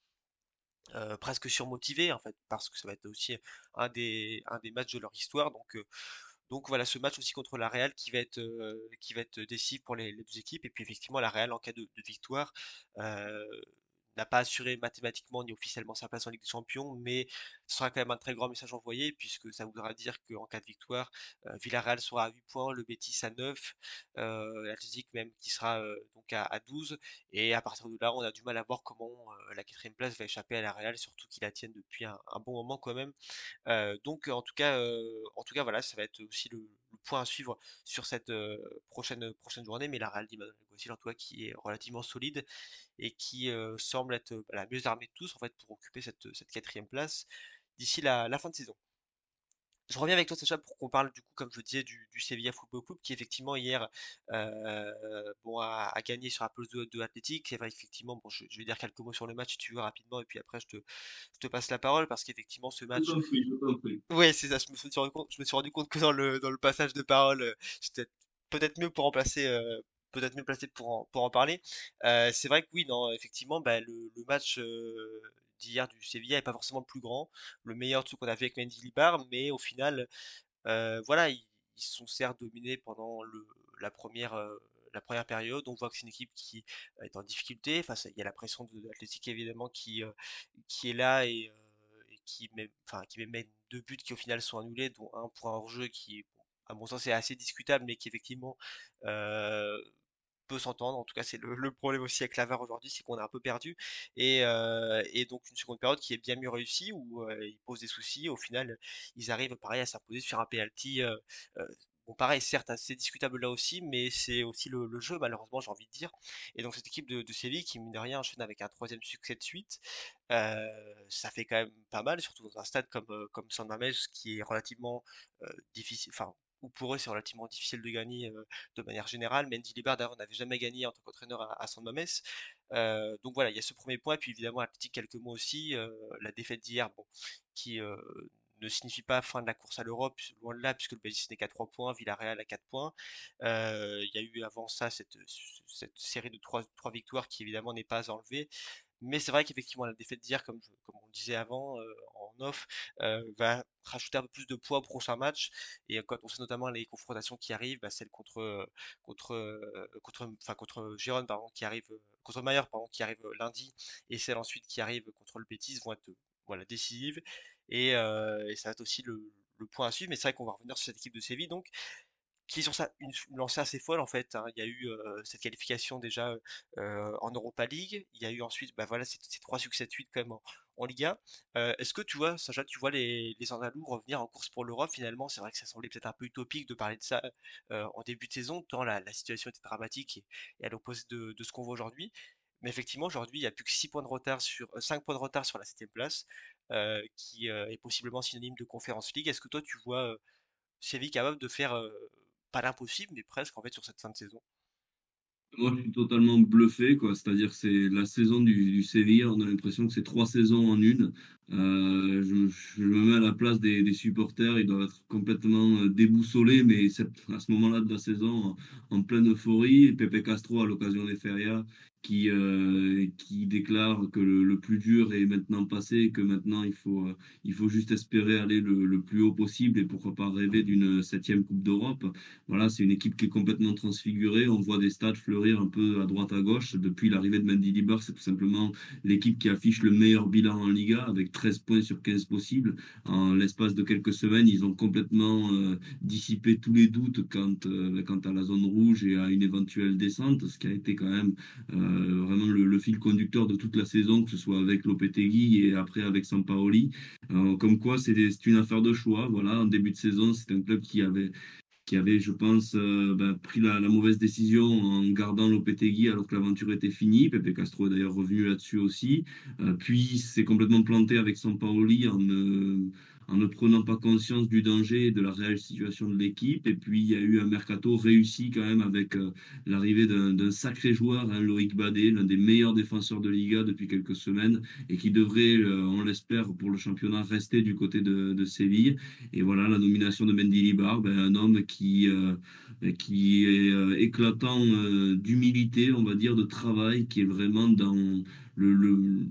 euh, presque surmotivée en fait parce que ça va être aussi un des un des matchs de leur histoire. Donc euh, donc voilà, ce match aussi contre la Real qui va être, euh, qui va être décisif pour les, les deux équipes. Et puis effectivement, la Real, en cas de, de victoire, euh, n'a pas assuré mathématiquement ni officiellement sa place en Ligue des Champions, mais ce sera quand même un très grand message envoyé, puisque ça voudra dire qu'en cas de victoire, euh, Villarreal sera à huit points, le Betis à neuf, euh, l'Atlético même qui sera euh, donc à, à douze, et à partir de là, on a du mal à voir comment euh, la quatrième place va échapper à la Real, surtout qu'ils la tiennent depuis un, un bon moment quand même. Euh, donc en tout cas, euh, en tout cas voilà, ça va être aussi le, le point à suivre sur cette euh, prochaine prochaine journée. Mais la Real d'Imanol Alguacil en tout cas qui est relativement solide et qui euh, semble être euh, la mieux armée de tous en fait pour occuper cette, cette quatrième place d'ici la, la fin de saison. Je reviens avec toi, Sacha, pour qu'on parle du coup, comme je disais, du, du Sevilla Football Club, qui effectivement hier euh, bon, a, a gagné sur la pelouse de, de l'Athletic. C'est vrai qu'effectivement, bon, je, je vais dire quelques mots sur le match si tu veux rapidement, et puis après je te, je te passe la parole, parce qu'effectivement ce Je match, t'en prie, je t'en prie. ouais, c'est ça, je me suis rendu compte, je me suis rendu compte que dans le, dans le passage de parole, euh, j'étais peut-être mieux pour remplacer, euh, peut-être mieux placé pour en, pour en parler. Euh, c'est vrai que oui, non, effectivement, bah, le, le match euh, d'hier du Sevilla est pas forcément le plus grand, le meilleur de ce qu'on a fait avec Mendy Libar, mais au final, euh, voilà, ils, ils sont certes dominés pendant le, la première, euh, la première période. On voit que c'est une équipe qui euh, est en difficulté. Enfin, ça- il y a la pression de, de l'Atlétique évidemment qui, euh, qui est là et, euh, et qui met, enfin, qui met deux buts qui au final sont annulés, dont un pour un hors-jeu qui, bon, à mon sens, est assez discutable, mais qui effectivement euh, peut s'entendre. En tout cas, c'est le, le problème aussi avec la V A R aujourd'hui, c'est qu'on est un peu perdu. Et, euh, et donc une seconde période qui est bien mieux réussie, où euh, ils posent des soucis. Au final, ils arrivent pareil à s'imposer sur un penalty. Euh, euh, bon, pareil, certes, assez discutable là aussi, mais c'est aussi le, le jeu, malheureusement, j'ai envie de dire. Et donc cette équipe de, de Séville, qui mine de rien enchaîne avec un troisième succès de suite, euh, ça fait quand même pas mal, surtout dans un stade comme, euh, comme San Mamés, qui est relativement euh, difficile, enfin où pour eux c'est relativement difficile de gagner euh, de manière générale. Mendy Libar d'ailleurs n'avait jamais gagné en tant qu'entraîneur à, à San Mamés. Euh, donc voilà, il y a ce premier point, et puis évidemment Athletic quelques mots aussi, euh, la défaite d'hier, bon, qui euh, ne signifie pas fin de la course à l'Europe, loin de là, puisque le Betis n'est qu'à trois points, Villarreal à quatre points. Euh, Il y a eu avant ça cette, cette série de trois, trois victoires qui évidemment n'est pas enlevée. Mais c'est vrai qu'effectivement, la défaite d'hier, comme, je- comme on le disait avant, euh, en off, euh, va rajouter un peu plus de poids au prochain match. Et quand on sait notamment les confrontations qui arrivent, bah, celle contre, euh, contre, euh, contre, enfin, contre Gérone, pardon, qui arrive, euh, contre Mayer, pardon, qui arrive euh, lundi, et celle ensuite qui arrive contre le Betis vont être, euh, voilà, décisives. Et, euh, et ça va être aussi le, le point à suivre. Mais c'est vrai qu'on va revenir sur cette équipe de Séville, donc qui sont ça, une, une lancée assez folle en fait, hein. Il y a eu euh, cette qualification déjà euh, en Europa League. Il y a eu ensuite, bah voilà, ces, ces trois succès de suite quand même en, en Liga. Euh, est-ce que tu vois, Sacha, tu vois les, les Andalous revenir en course pour l'Europe finalement? C'est vrai que ça semblait peut-être un peu utopique de parler de ça euh, en début de saison, tant la, la situation était dramatique et, et à l'opposé de, de ce qu'on voit aujourd'hui. Mais effectivement, aujourd'hui, il n'y a plus que six points de retard sur, euh, cinq points de retard sur la septième place, euh, qui euh, est possiblement synonyme de Conference League. Est-ce que toi, tu vois euh, Séville capable de faire, euh, pas l'impossible, mais presque en fait sur cette fin de saison? Moi, je suis totalement bluffé, quoi. C'est-à-dire, c'est la saison du, du Sévilla. On a l'impression que c'est trois saisons en une. Euh, je, je me mets à la place des, des supporters. Ils doivent être complètement euh, déboussolés, mais c'est à ce moment-là de la saison, en, en pleine euphorie. Et Pepe Castro, à l'occasion des férias, qui, euh, qui déclare que le, le plus dur est maintenant passé, que maintenant il faut, euh, il faut juste espérer aller le, le plus haut possible et pourquoi pas rêver d'une septième Coupe d'Europe. Voilà, c'est une équipe qui est complètement transfigurée. On voit des stats fleurir un peu à droite à gauche. Depuis l'arrivée de Mendy Libar, c'est tout simplement l'équipe qui affiche le meilleur bilan en Liga avec treize points sur quinze possibles. En l'espace de quelques semaines, ils ont complètement euh, dissipé tous les doutes quant, euh, quant à la zone rouge et à une éventuelle descente, ce qui a été quand même euh, vraiment le, le fil conducteur de toute la saison, que ce soit avec Lopetegui et après avec Sampaoli. Euh, comme quoi, c'est des- c'est une affaire de choix. Voilà, en début de saison, c'est un club qui avait qui avait, je pense, euh, ben, pris la, la mauvaise décision en gardant Lopetegui alors que l'aventure était finie. Pepe Castro est d'ailleurs revenu là-dessus aussi. Euh, puis s'est complètement planté avec Sampaoli en ne, en ne prenant pas conscience du danger et de la réelle situation de l'équipe. Et puis il y a eu un mercato réussi quand même avec euh, l'arrivée d'un d'un sacré joueur, hein, Loïc Badé, l'un des meilleurs défenseurs de Liga depuis quelques semaines et qui devrait, euh, on l'espère, pour le championnat, rester du côté de, de Séville. Et voilà, la nomination de Mendy Libar, ben, un homme qui, euh, qui est euh, éclatant euh, d'humilité, on va dire, de travail, qui est vraiment dans le, le,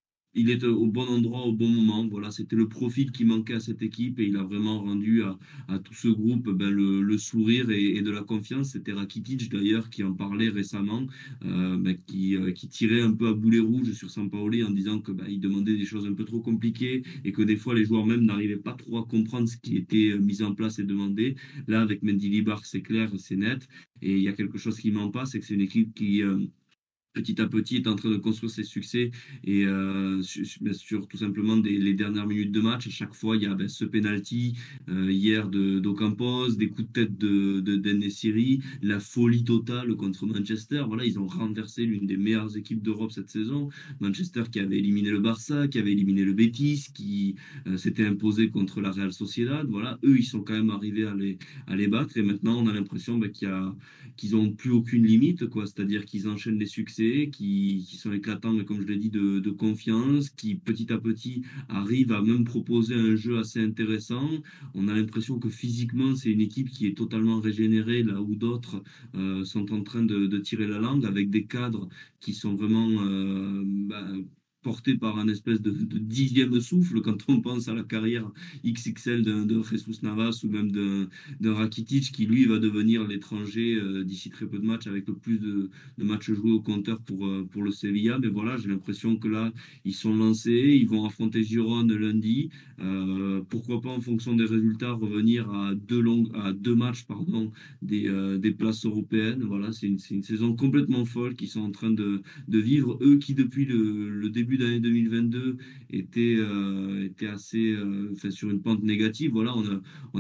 il est au bon endroit au bon moment. Voilà, c'était le profil qui manquait à cette équipe et il a vraiment rendu à, à tout ce groupe ben, le, le sourire et, et de la confiance. C'était Rakitic d'ailleurs qui en parlait récemment, euh, ben, qui, euh, qui tirait un peu à boulet rouge sur Sampaoli en disant que ben, il demandait des choses un peu trop compliquées et que des fois les joueurs même n'arrivaient pas trop à comprendre ce qui était euh, mis en place et demandé. Là, avec Mendy Libar, c'est clair, c'est net. Et il y a quelque chose qui m'en passe, c'est que c'est une équipe qui euh, petit à petit est en train de construire ses succès et euh, sur, sur, tout simplement des, les dernières minutes de match. À chaque fois, il y a ben, ce penalty euh, hier de d'Ocampos, des coups de tête de, de d'En-Nesyri, la folie totale contre Manchester. Voilà, ils ont renversé l'une des meilleures équipes d'Europe cette saison. Manchester qui avait éliminé le Barça, qui avait éliminé le Betis, qui euh, s'était imposé contre la Real Sociedad. Voilà, eux, ils sont quand même arrivés à les, à les battre et maintenant, on a l'impression ben, qu'il y a qu'ils n'ont plus aucune limite, quoi. C'est-à-dire qu'ils enchaînent les succès, qui, qui sont éclatants, mais comme je l'ai dit, de, de confiance, qui petit à petit arrivent à même proposer un jeu assez intéressant. On a l'impression que physiquement, c'est une équipe qui est totalement régénérée, là où d'autres euh, sont en train de, de tirer la langue, avec des cadres qui sont vraiment euh, bah, porté par un espèce de, de dixième souffle quand on pense à la carrière X X L d'un de Jesus Navas ou même d'un d'un Rakitic qui lui va devenir l'étranger euh, d'ici très peu de matchs avec le plus de, de matchs joués au compteur pour, euh, pour le Sevilla. Mais voilà, j'ai l'impression que là, ils sont lancés, ils vont affronter Girone lundi. Euh, pourquoi pas en fonction des résultats revenir à deux, longues, à deux matchs pardon, des, euh, des places européennes. Voilà, c'est une, c'est une saison complètement folle qu'ils sont en train de, de vivre. Eux qui depuis le, le début d'année deux mille vingt-deux étaient, euh, étaient assez euh, enfin, sur une pente négative. Voilà, on a, on a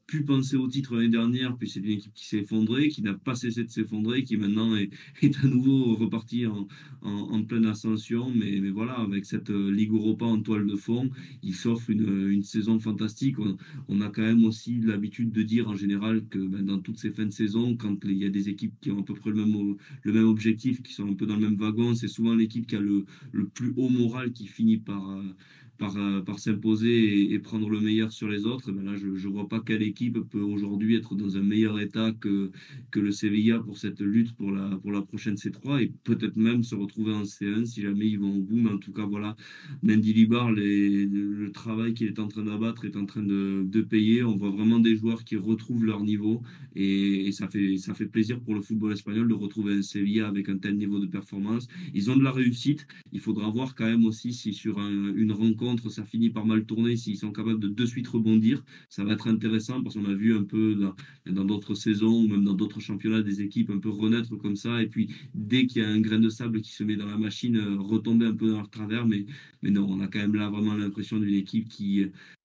pu penser au titre l'année dernière, puis c'est une équipe qui s'est effondrée, qui n'a pas cessé de s'effondrer, qui maintenant est, est à nouveau reparti en, en, en pleine ascension. Mais, mais voilà, avec cette euh, Ligue Europa en toile de fond, il s'offre une, une saison fantastique. On, on a quand même aussi l'habitude de dire en général que ben, dans toutes ces fins de saison, quand il y a des équipes qui ont à peu près le même, le même objectif, qui sont un peu dans le même wagon, c'est souvent l'équipe qui a le, le plus haut moral qui finit par, euh, par, euh, par s'imposer et, et prendre le meilleur sur les autres. Mais là, je ne vois pas quelle équipe peut aujourd'hui être dans un meilleur état que, que le Sevilla pour cette lutte pour la, pour la prochaine C trois et peut-être même se retrouver en C un si jamais ils vont au bout. Mais en tout cas, voilà, Mendilibar, les, le travail qu'il est en train d'abattre est en train de, de payer. On voit vraiment des joueurs qui retrouvent leur niveau et, et ça fait, ça fait plaisir pour le football espagnol de retrouver un Sevilla avec un tel niveau de performance. Ils ont de la réussite. Il faudra voir quand même aussi si sur un- une rencontre ça finit par mal tourner, s'ils sont capables de de suite rebondir. Ça va être intéressant parce qu'on a vu un peu dans dans d'autres saisons ou même dans d'autres championnats des équipes un peu renaître comme ça. Et puis dès qu'il y a un grain de sable qui se met dans la machine, euh, retomber un peu dans leur travers. Mais, mais non, on a quand même là vraiment l'impression d'une équipe qui,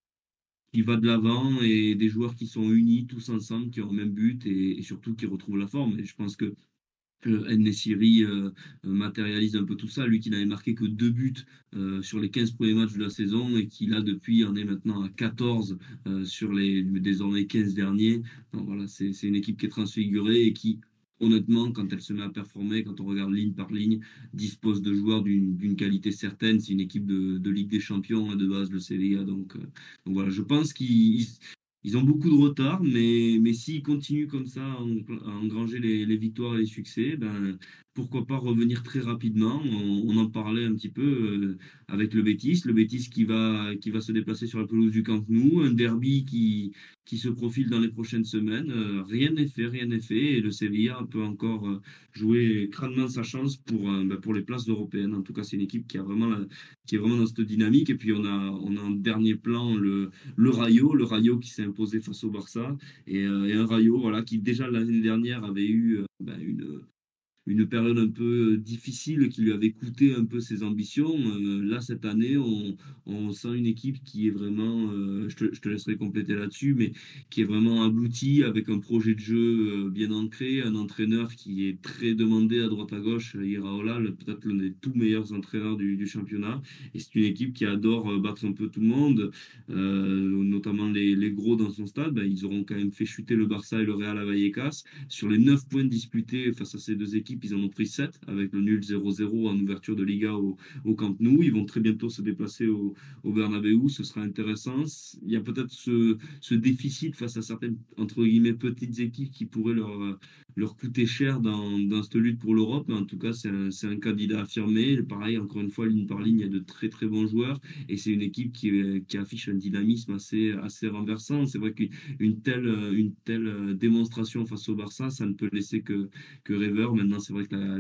qui va de l'avant et des joueurs qui sont unis tous ensemble, qui ont le même but et, et surtout qui retrouvent la forme. Et je pense que euh, En-Nesyri euh, euh, matérialise un peu tout ça. Lui qui n'avait marqué que deux buts euh, sur les quinze premiers matchs de la saison et qui là depuis en est maintenant à quatorze euh, sur les désormais quinze derniers. Donc, voilà, c'est c'est une équipe qui est transfigurée et qui, honnêtement, quand elle se met à performer, quand on regarde ligne par ligne, dispose de joueurs d'une d'une qualité certaine. C'est une équipe de, de Ligue des Champions hein, de base, le Sevilla. Donc, euh, donc voilà, je pense qu'ils ils ont beaucoup de retard, mais, mais s'ils continuent comme ça à, en- à engranger les, les victoires et les succès, ben, pourquoi pas revenir très rapidement. On, on en parlait un petit peu euh, avec le Betis. Le Betis qui va, qui va se déplacer sur la pelouse du Camp Nou, un derby qui, qui se profile dans les prochaines semaines. Euh, rien n'est fait, rien n'est fait. Et le Sevilla peut encore euh, jouer crânement sa chance pour, euh, ben, pour les places européennes. En tout cas, c'est une équipe qui, a vraiment la- qui est vraiment dans cette dynamique. Et puis, on a, on a en dernier plan le le Rayo, le Rayo qui s'est imposé face au Barça, et, euh, et un Rayo voilà, qui déjà l'année dernière avait eu euh, ben, une, une période un peu euh, difficile qui lui avait coûté un peu ses ambitions. Euh, là, cette année, on, on sent une équipe qui est vraiment, euh, je te, je te laisserai compléter là-dessus, mais qui est vraiment aboutie avec un projet de jeu euh, bien ancré, un entraîneur qui est très demandé à droite à gauche, Iraola, le- peut-être l'un des tout meilleurs entraîneurs du, du championnat. Et c'est une équipe qui adore euh, battre un peu tout le monde, euh, notamment les, les gros dans son stade. Ben, ils auront quand même fait chuter le Barça et le Real à Vallecas. Sur les neuf points disputés face à ces deux équipes, ils en ont pris sept avec le nul zéro zéro en ouverture de Liga au, au Camp Nou. Ils vont très bientôt se déplacer au, au Bernabéu. Ce sera intéressant. Il y a peut-être ce, ce déficit face à certaines, entre guillemets, petites équipes qui pourraient leur, leur coûter cher dans, dans cette lutte pour l'Europe. Mais en tout cas, c'est un, c'est un candidat affirmé. Pareil, encore une fois, ligne par ligne, il y a de très très bons joueurs. Et c'est une équipe qui, qui affiche un dynamisme assez, assez renversant. C'est vrai qu'une telle, une telle démonstration face au Barça, ça ne peut laisser que, que rêveur. Maintenant, c'est vrai que la,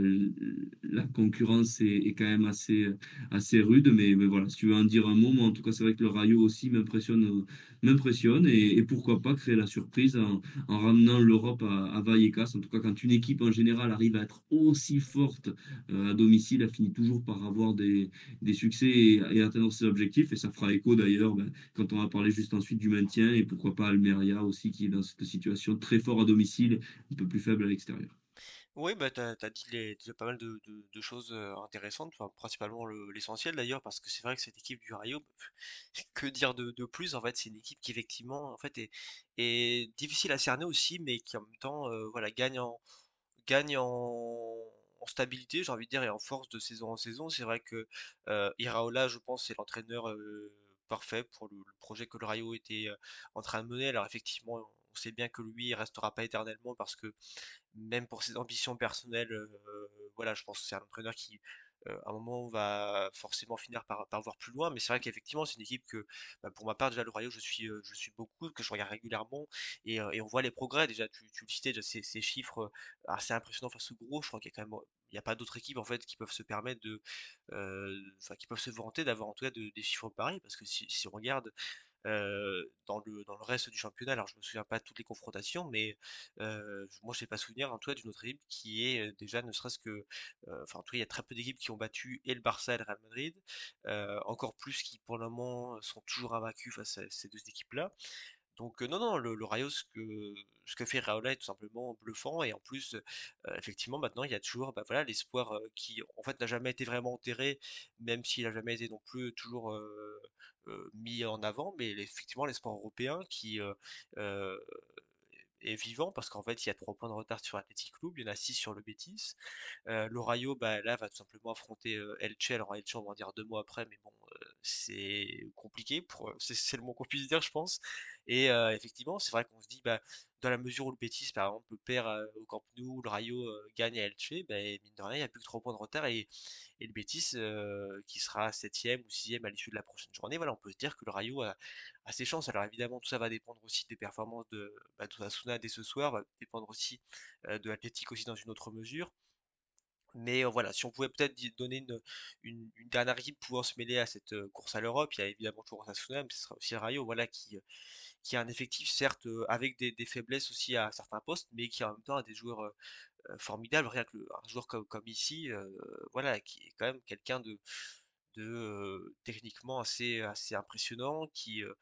la concurrence est, est quand même assez, assez rude, mais, mais voilà, si tu veux en dire un mot, moi, en tout cas, c'est vrai que le Rayo aussi m'impressionne, m'impressionne et, et pourquoi pas créer la surprise en, en ramenant l'Europe à, à Vallecas. En tout cas, quand une équipe en général arrive à être aussi forte euh, à domicile, elle finit toujours par avoir des, des succès et, et atteindre ses objectifs. Et ça fera écho d'ailleurs ben, quand on va parler juste ensuite du maintien et pourquoi pas Almeria aussi qui est dans cette situation très fort à domicile, un peu plus faible à l'extérieur. Oui, bah t'as, t'as dit les, déjà pas mal de, de- de choses euh, intéressantes, enfin, principalement le- l'essentiel d'ailleurs, parce que c'est vrai que cette équipe du Rayo, que dire de, de plus? En fait, c'est une équipe qui effectivement, en fait, est, est difficile à cerner aussi, mais qui en même temps, euh, voilà, gagne en, gagne en, en stabilité, j'ai envie de dire, et en force de saison en saison. C'est vrai que euh, Iraola, je pense, c'est l'entraîneur euh, parfait pour le, le projet que le Rayo était euh, en train de mener. Alors effectivement, on sait bien que lui, il restera pas éternellement parce que même pour ses ambitions personnelles, euh, voilà, je pense que c'est un entraîneur qui, euh, à un moment, va forcément finir par, par voir plus loin. Mais c'est vrai qu'effectivement, c'est une équipe que, bah, pour ma part, déjà, le Rayo, je suis, euh, je suis beaucoup, que je regarde régulièrement, et, euh, et on voit les progrès. Déjà, tu, tu le citais, déjà, ces, ces chiffres euh, assez impressionnants face au gros. Je crois qu'il y a quand même, il n'y a pas d'autres équipes en fait qui peuvent se permettre de, euh, enfin, qui peuvent se vanter d'avoir en tout cas de- des chiffres pareils, parce que si, si on regarde euh, dans le, dans le reste du championnat. Alors, je me souviens pas de toutes les confrontations, mais euh, moi, je n'ai pas souvenir en tout cas d'une autre équipe qui est euh, déjà ne serait-ce que, euh, enfin, en tout cas, il y a très peu d'équipes qui ont battu et le Barça et le Real Madrid, euh, encore plus qui pour le moment sont toujours invaincus face à ces deux équipes-là. Donc euh, non, non, le, le Rayo, ce que, ce que fait Raiola est tout simplement bluffant. Et en plus, euh, effectivement, maintenant, il y a toujours bah, voilà, l'espoir euh, qui, en fait, n'a jamais été vraiment enterré, même s'il n'a jamais été non plus toujours euh, euh, mis en avant. Mais effectivement, l'espoir européen qui euh, euh, est vivant parce qu'en fait, il y a trois points de retard sur l'Athletic Club, il y en a six sur le Betis. Euh, le Rayo, bah, là, va tout simplement affronter euh, Elche. Alors, Elche, on va en dire deux mots après, mais bon, euh, c'est compliqué, pour, euh, c'est c'est le moins qu'on puisse dire, je pense. Et euh, effectivement, c'est vrai qu'on se dit, bah, dans la mesure où le Betis, par exemple, perd euh, au Camp Nou, le Rayo euh, gagne à Elche, bah, mine de rien, il n'y a plus que trois points de retard. Et, et le Betis, euh, qui sera septième ou sixième à l'issue de la prochaine journée, voilà, on peut se dire que le Rayo a, a ses chances. Alors, évidemment, tout ça va dépendre aussi des performances de, bah, d'Osasuna dès ce soir, va dépendre aussi euh, de l'Athletic aussi dans une autre mesure. Mais euh, voilà, si on pouvait peut-être di- donner une, une- une dernière équipe pouvant se mêler à cette euh, course à l'Europe, il y a évidemment toujours Osasuna, mais ce sera aussi le Rayo, voilà, qui, euh, qui a un effectif certes euh, avec des, des faiblesses aussi à certains postes, mais qui en même temps a des joueurs euh, euh, formidables. Rien que le- un joueur comme, comme ici, euh, voilà, qui est quand même quelqu'un de, de euh, techniquement assez, assez impressionnant, qui euh,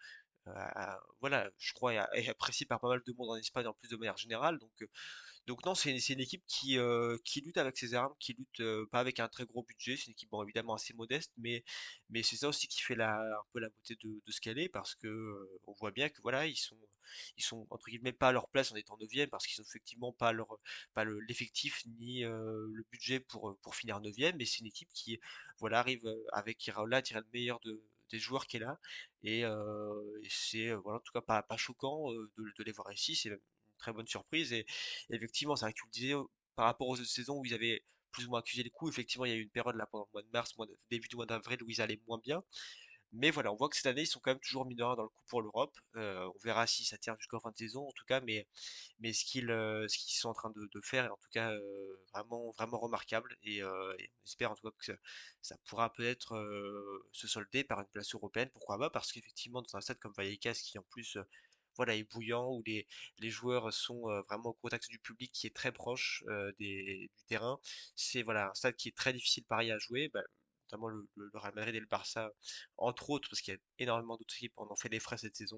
a- voilà, je crois, est, est apprécié par pas mal de monde en Espagne en plus de manière générale. Donc euh, donc non, c'est une, c'est une équipe qui, euh, qui lutte avec ses armes, qui lutte euh, pas avec un très gros budget. C'est une équipe bon, évidemment assez modeste, mais, mais c'est ça aussi qui fait la, un peu la beauté de, de ce qu'elle est, parce que euh, on voit bien que voilà, ils sont, ils sont entre guillemets pas à leur place en étant neuvième, parce qu'ils ont effectivement pas leur, pas le- l'effectif ni euh, le budget pour, euh, pour finir neuvième, mais c'est une équipe qui voilà arrive euh, avec Iraola à tirer le meilleur de, des joueurs qu'elle a, et, euh, et c'est euh, voilà en tout cas pas, pas choquant euh, de, de les voir ici. C'est même une très bonne surprise. Et effectivement, c'est vrai que tu le disais, euh, par rapport aux autres saisons où ils avaient plus ou moins accusé les coups, effectivement, il y a eu une période là pendant le mois de mars, mois de- début du mois d'avril où ils allaient moins bien. Mais voilà, on voit que cette année, ils sont quand même toujours mineurs dans le coup pour l'Europe. Euh, on verra si ça tient jusqu'en fin de saison, en tout cas, mais, mais ce qu'ils euh, ce qu'ils sont en train de, de faire est en tout cas euh, vraiment, vraiment remarquable. Et, euh, et on espère en tout cas que ça, ça pourra peut-être euh, se solder par une place européenne, pourquoi pas, parce qu'effectivement, dans un stade comme Vallecas, qui en plus euh, voilà, est bouillant, où les, les joueurs sont euh, vraiment au contact du public qui est très proche euh, des, du terrain. C'est voilà, un stade qui est très difficile pareil à jouer, bah, notamment le, le- le Real Madrid et le Barça, entre autres, parce qu'il y a énormément d'autres équipes qui en ont fait des frais cette saison.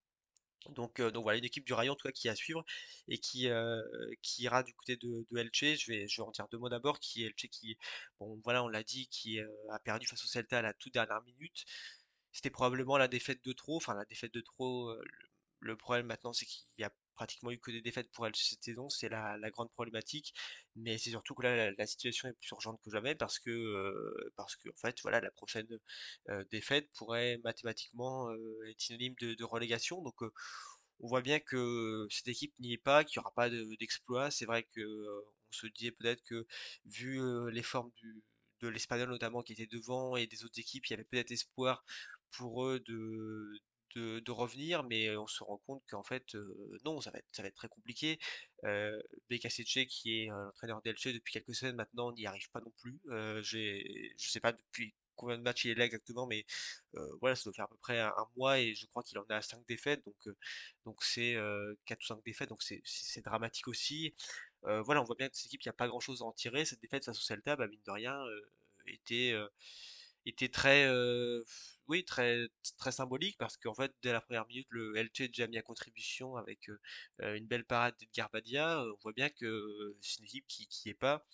Donc, euh, donc voilà, une équipe du Rayon en tout cas qui est à suivre et qui, euh, qui ira du côté de, de Elche. Je vais, je vais en dire deux mots d'abord, qui est Elche qui, bon voilà, on l'a dit, qui euh, a perdu face au Celta à la toute dernière minute. C'était probablement la défaite de trop, enfin la défaite de trop. euh, le, le problème maintenant, c'est qu'il y a pratiquement eu que des défaites pour Elche cette saison, c'est la, la grande problématique. Mais c'est surtout que là, la, la situation est plus urgente que jamais parce que, euh, parce que en fait, voilà, la prochaine euh, défaite pourrait mathématiquement euh, être synonyme de, de relégation. Donc euh, on voit bien que cette équipe n'y est pas, qu'il n'y aura pas de- d'exploit. C'est vrai que euh, on se disait peut-être que vu euh, les formes du, de l'Espagnol notamment qui était devant et des autres équipes, il y avait peut-être espoir pour eux de, de, de revenir, mais on se rend compte qu'en fait euh, non, ça va être, ça va être très compliqué. Euh, Becasece, qui est euh, l'entraîneur d'Elche depuis quelques semaines maintenant, n'y arrive pas non plus. Euh, j'ai, je sais pas depuis combien de matchs il est là exactement, mais euh, voilà, ça doit faire à peu près un, un mois et je crois qu'il en a cinq défaites, donc euh, donc c'est euh, quatre ou cinq défaites, donc c'est c'est- c'est dramatique aussi. Euh, voilà, on voit bien que cette équipe, il n'y a pas grand-chose à en tirer. Cette défaite face au Celta, bah, mine de rien, euh, était, euh, était très, euh, oui, très, très symbolique parce qu'en fait, dès la première minute, le Elche est déjà mis à contribution avec euh, euh, une belle parade d'Edgar Badia. Euh, On voit bien que euh, c'est une équipe qui, qui est pas.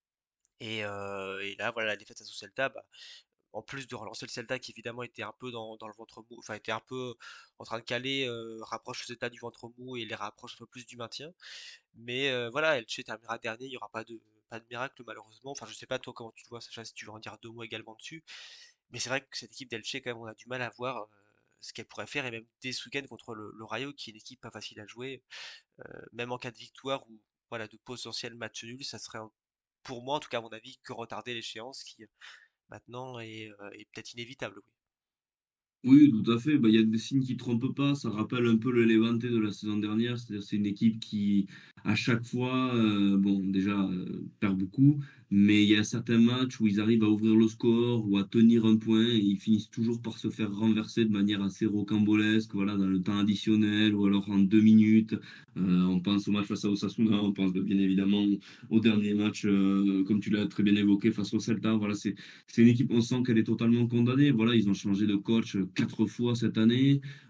Et, euh, et là, voilà, la défaite face au Celta, bah, en plus de relancer le Celta qui évidemment était un peu dans, dans le ventre mou, enfin était un peu en train de caler, euh, rapproche le Celta du ventre mou et les rapproche un peu plus du maintien. Mais euh, voilà, Elche terminera dernier, il n'y aura pas de, pas de miracle malheureusement. Enfin, je sais pas toi comment tu le vois, Sacha, si tu veux en dire deux mots également dessus. Mais c'est vrai que cette équipe d'Elche, quand même, on a du mal à voir euh, ce qu'elle pourrait faire. Et même dès ce week-end contre le, le Rayo, qui est une équipe pas facile à jouer, euh, même en cas de victoire ou voilà, de potentiel match nul, ça serait un- pour moi, en tout cas à mon avis, que retarder l'échéance qui maintenant est, euh, est peut-être inévitable, oui. Oui, tout à fait. Bah, il y a des signes qui trompent pas. Ça rappelle un peu le Levante de la saison dernière. C'est-à-dire, c'est une équipe qui, à chaque fois, euh, bon, déjà, euh, perd beaucoup, mais il y a certains matchs où ils arrivent à ouvrir le score ou à tenir un point et ils finissent toujours par se faire renverser de manière assez rocambolesque, voilà, dans le temps additionnel ou alors en deux minutes. Euh, on pense au match face à Osasuna, on pense bien évidemment au dernier match, euh, comme tu l'as très bien évoqué, face au Celta. Voilà, c'est c'est une équipe, on sent qu'elle est totalement condamnée. Voilà, ils ont changé de coach euh, quatre fois cette année.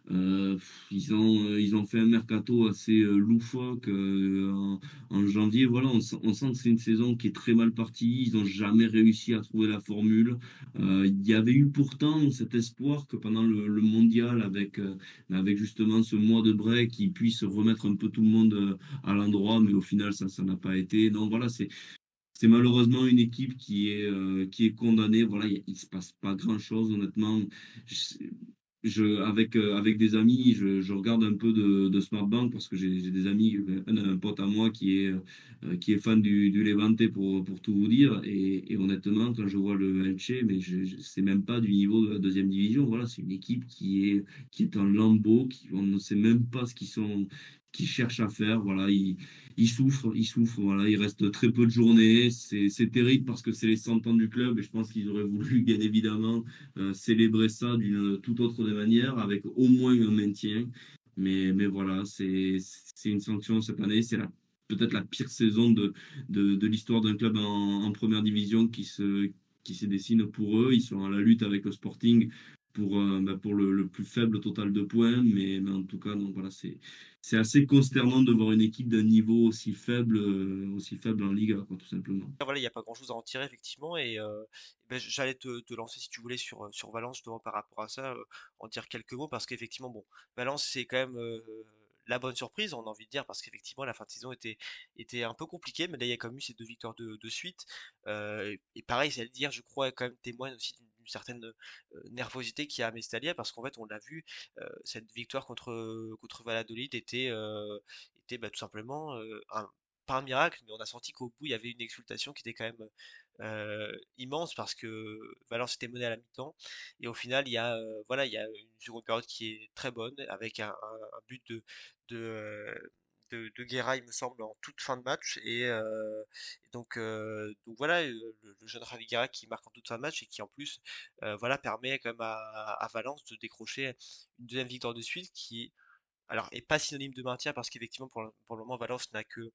Euh, pff, ils ont, euh, ils ont fait un mercato assez euh, loufoque euh, en, en janvier. Voilà, on, sent on sent que c'est une saison qui est très mal partie. Ils n'ont jamais réussi à trouver la formule. Euh, il y avait eu pourtant cet espoir que pendant le, le mondial, avec, euh, avec justement ce mois de break, ils puissent remettre un peu tout le monde euh, à l'endroit, mais au final, ça, ça n'a pas été. Donc voilà, c'est, c'est malheureusement une équipe qui est, euh, qui est condamnée. Voilà, il ne se passe pas grand-chose, honnêtement. Je, je- avec, euh, avec des amis, je, je regarde un peu de, de Smart Bank parce que j'ai j'ai des amis, euh, un, un pote à moi qui est, euh, qui est fan du, du Levante pour, pour tout vous dire. Et, et honnêtement, quand je vois le Elche, mais je, je, c'est même pas du niveau de la deuxième division. Voilà, c'est une équipe qui est, qui est un lambeau, qui, on ne sait même pas ce qu'ils sont, qu'ils cherchent à faire. Voilà, ils, ils souffrent, ils souffrent. Voilà, il reste très peu de journées. C'est, c'est terrible parce que c'est les cent ans du club et je pense qu'ils auraient voulu, bien évidemment, euh, célébrer ça d'une toute autre des manières, avec au moins un maintien. Mais, mais voilà, c'est, c'est une sanction cette année. C'est la, peut-être la pire saison de, de, de l'histoire d'un club en, en première division qui se, qui se dessine pour eux. Ils sont à la lutte avec le Sporting pour, euh, bah, pour le, le plus faible total de points. Mais, mais en tout cas, donc voilà, c'est, c'est assez consternant de voir une équipe d'un niveau aussi faible, euh, aussi faible en Liga, quoi, tout simplement. Voilà, il n'y a pas grand-chose à en tirer effectivement et, euh, et ben, j'allais te, te lancer si tu voulais sur, euh, sur Valence justement par rapport à ça, euh, en dire quelques mots parce qu'effectivement bon, Valence c'est quand même euh, la bonne surprise, on a envie de dire parce qu'effectivement la fin de saison était, était un peu compliquée, mais là il y a quand même eu ces deux victoires de, de suite. Euh, et, et pareil, c'est à dire, je crois quand même témoigne aussi d'une d'une certaine euh, nervosité qu'il y a à Mestalia parce qu'en fait on l'a vu, euh, cette victoire contre, contre Valladolid était, euh, était bah, tout simplement euh, un pas un miracle, mais on a senti qu'au bout, il y avait une exultation qui était quand même euh, immense parce que Valence était mené à la mi-temps. Et au final, il y a, euh, voilà, il y a une seconde période qui est très bonne avec un, un- un but de, de, euh, de, de Guerra, il me semble, en toute fin de match. Et, euh, et donc, euh, donc voilà, euh, le, le jeune Javi Guerra qui marque en toute fin de match et qui en plus euh, voilà, permet quand même à, à Valence de décrocher une deuxième victoire de suite qui alors est pas synonyme de maintien parce qu'effectivement pour le, pour le moment Valence n'a que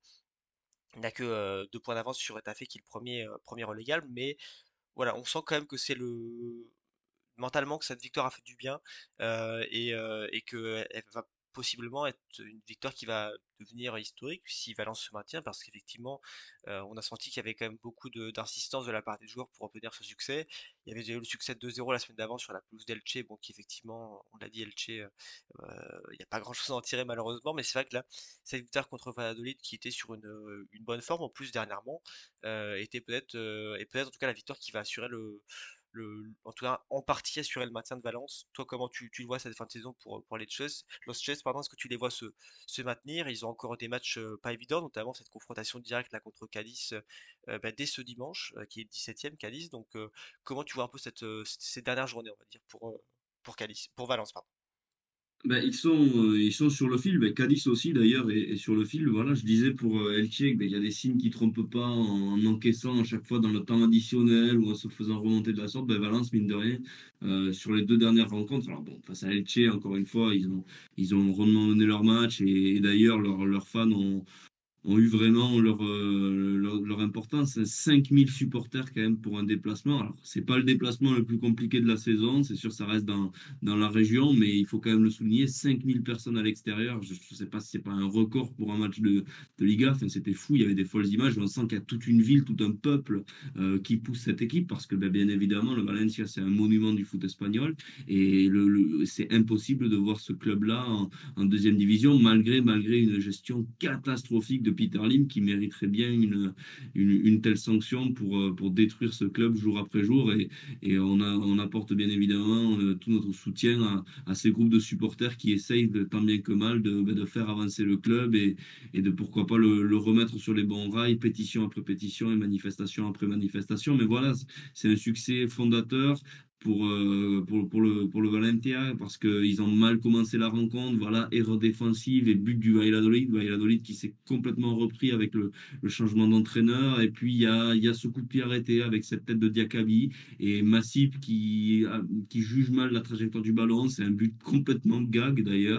il n'a que euh, deux points d'avance sur Etafé qui est le premier, euh, premier relégable, mais voilà, on sent quand même que c'est le mentalement que cette victoire a fait du bien euh, et, euh, et que elle va possiblement être une victoire qui va devenir historique si Valence se maintient parce qu'effectivement euh, on a senti qu'il y avait quand même beaucoup de- d'insistance de la part des joueurs pour obtenir ce succès. Il y avait déjà eu le succès de deux zéro la semaine d'avant sur la pelouse d'Elche, bon qui effectivement on l'a dit Elche, euh, euh, il n'y a pas grand chose à en tirer malheureusement, mais c'est vrai que là cette victoire contre Valladolid qui était sur une, euh, une bonne forme en plus dernièrement euh, était peut-être euh, et peut-être en tout cas la victoire qui va assurer le le, en tout cas en partie assurer le maintien de Valence. Toi, comment tu, tu le vois cette fin de saison pour, pour les Chess, Los Chess, pardon, est-ce que tu les vois se, se maintenir? Ils ont encore des matchs euh, pas évidents, notamment cette confrontation directe là contre Cadiz euh, bah, dès ce dimanche, euh, qui est le dix-septième Cadiz. Donc, euh, comment tu vois un peu cette, euh, ces dernières journées, on va dire, pour, euh, pour Cadiz, pour Valence, pardon. Ben, ils sont, euh, ils sont sur le fil. Ben, Cadiz aussi, d'ailleurs, est, est sur le fil. Voilà, je disais pour euh, Elche, ben, il y a des signes qui trompent pas en, en encaissant à chaque fois dans le temps additionnel ou en se faisant remonter de la sorte. Ben, Valence, mine de rien, euh, sur les deux dernières rencontres, alors bon, face à Elche, encore une fois, ils ont, ils ont rondement mené leur match et, et d'ailleurs, leurs leurs fans ont, ont eu vraiment leur, euh, leur, leur importance. cinq mille supporters quand même pour un déplacement. Alors, c'est pas le déplacement le plus compliqué de la saison, c'est sûr, ça reste dans, dans la région, mais il faut quand même le souligner, cinq mille personnes à l'extérieur. Je ne sais pas si c'est pas un record pour un match de, de Liga, enfin, c'était fou, il y avait des folles images, on sent qu'il y a toute une ville, tout un peuple euh, qui pousse cette équipe, parce que ben, bien évidemment, le Valencia, c'est un monument du foot espagnol, et le, le- c'est impossible de voir ce club-là en, en deuxième division, malgré, malgré une gestion catastrophique de Peter Lim qui mériterait bien une, une, une telle sanction pour, euh, pour détruire ce club jour après jour. Et, et on, a, on apporte bien évidemment euh, tout notre soutien à, à ces groupes de supporters qui essayent de, tant bien que mal de, ben, de faire avancer le club et, et de pourquoi pas le, le remettre sur les bons rails, pétition après pétition et manifestation après manifestation. Mais voilà, c'est un succès fondateur pour, euh, pour, pour le, pour le Valencia parce qu'ils ont mal commencé la rencontre. Voilà, erreur défensive et but du Valladolid. Valladolid qui s'est complètement repris avec le, le changement d'entraîneur. Et puis il y a, il y a ce coup de pied arrêté avec cette tête de Diakabi et Massip qui, a- qui juge mal la trajectoire du ballon. C'est un but complètement gag d'ailleurs.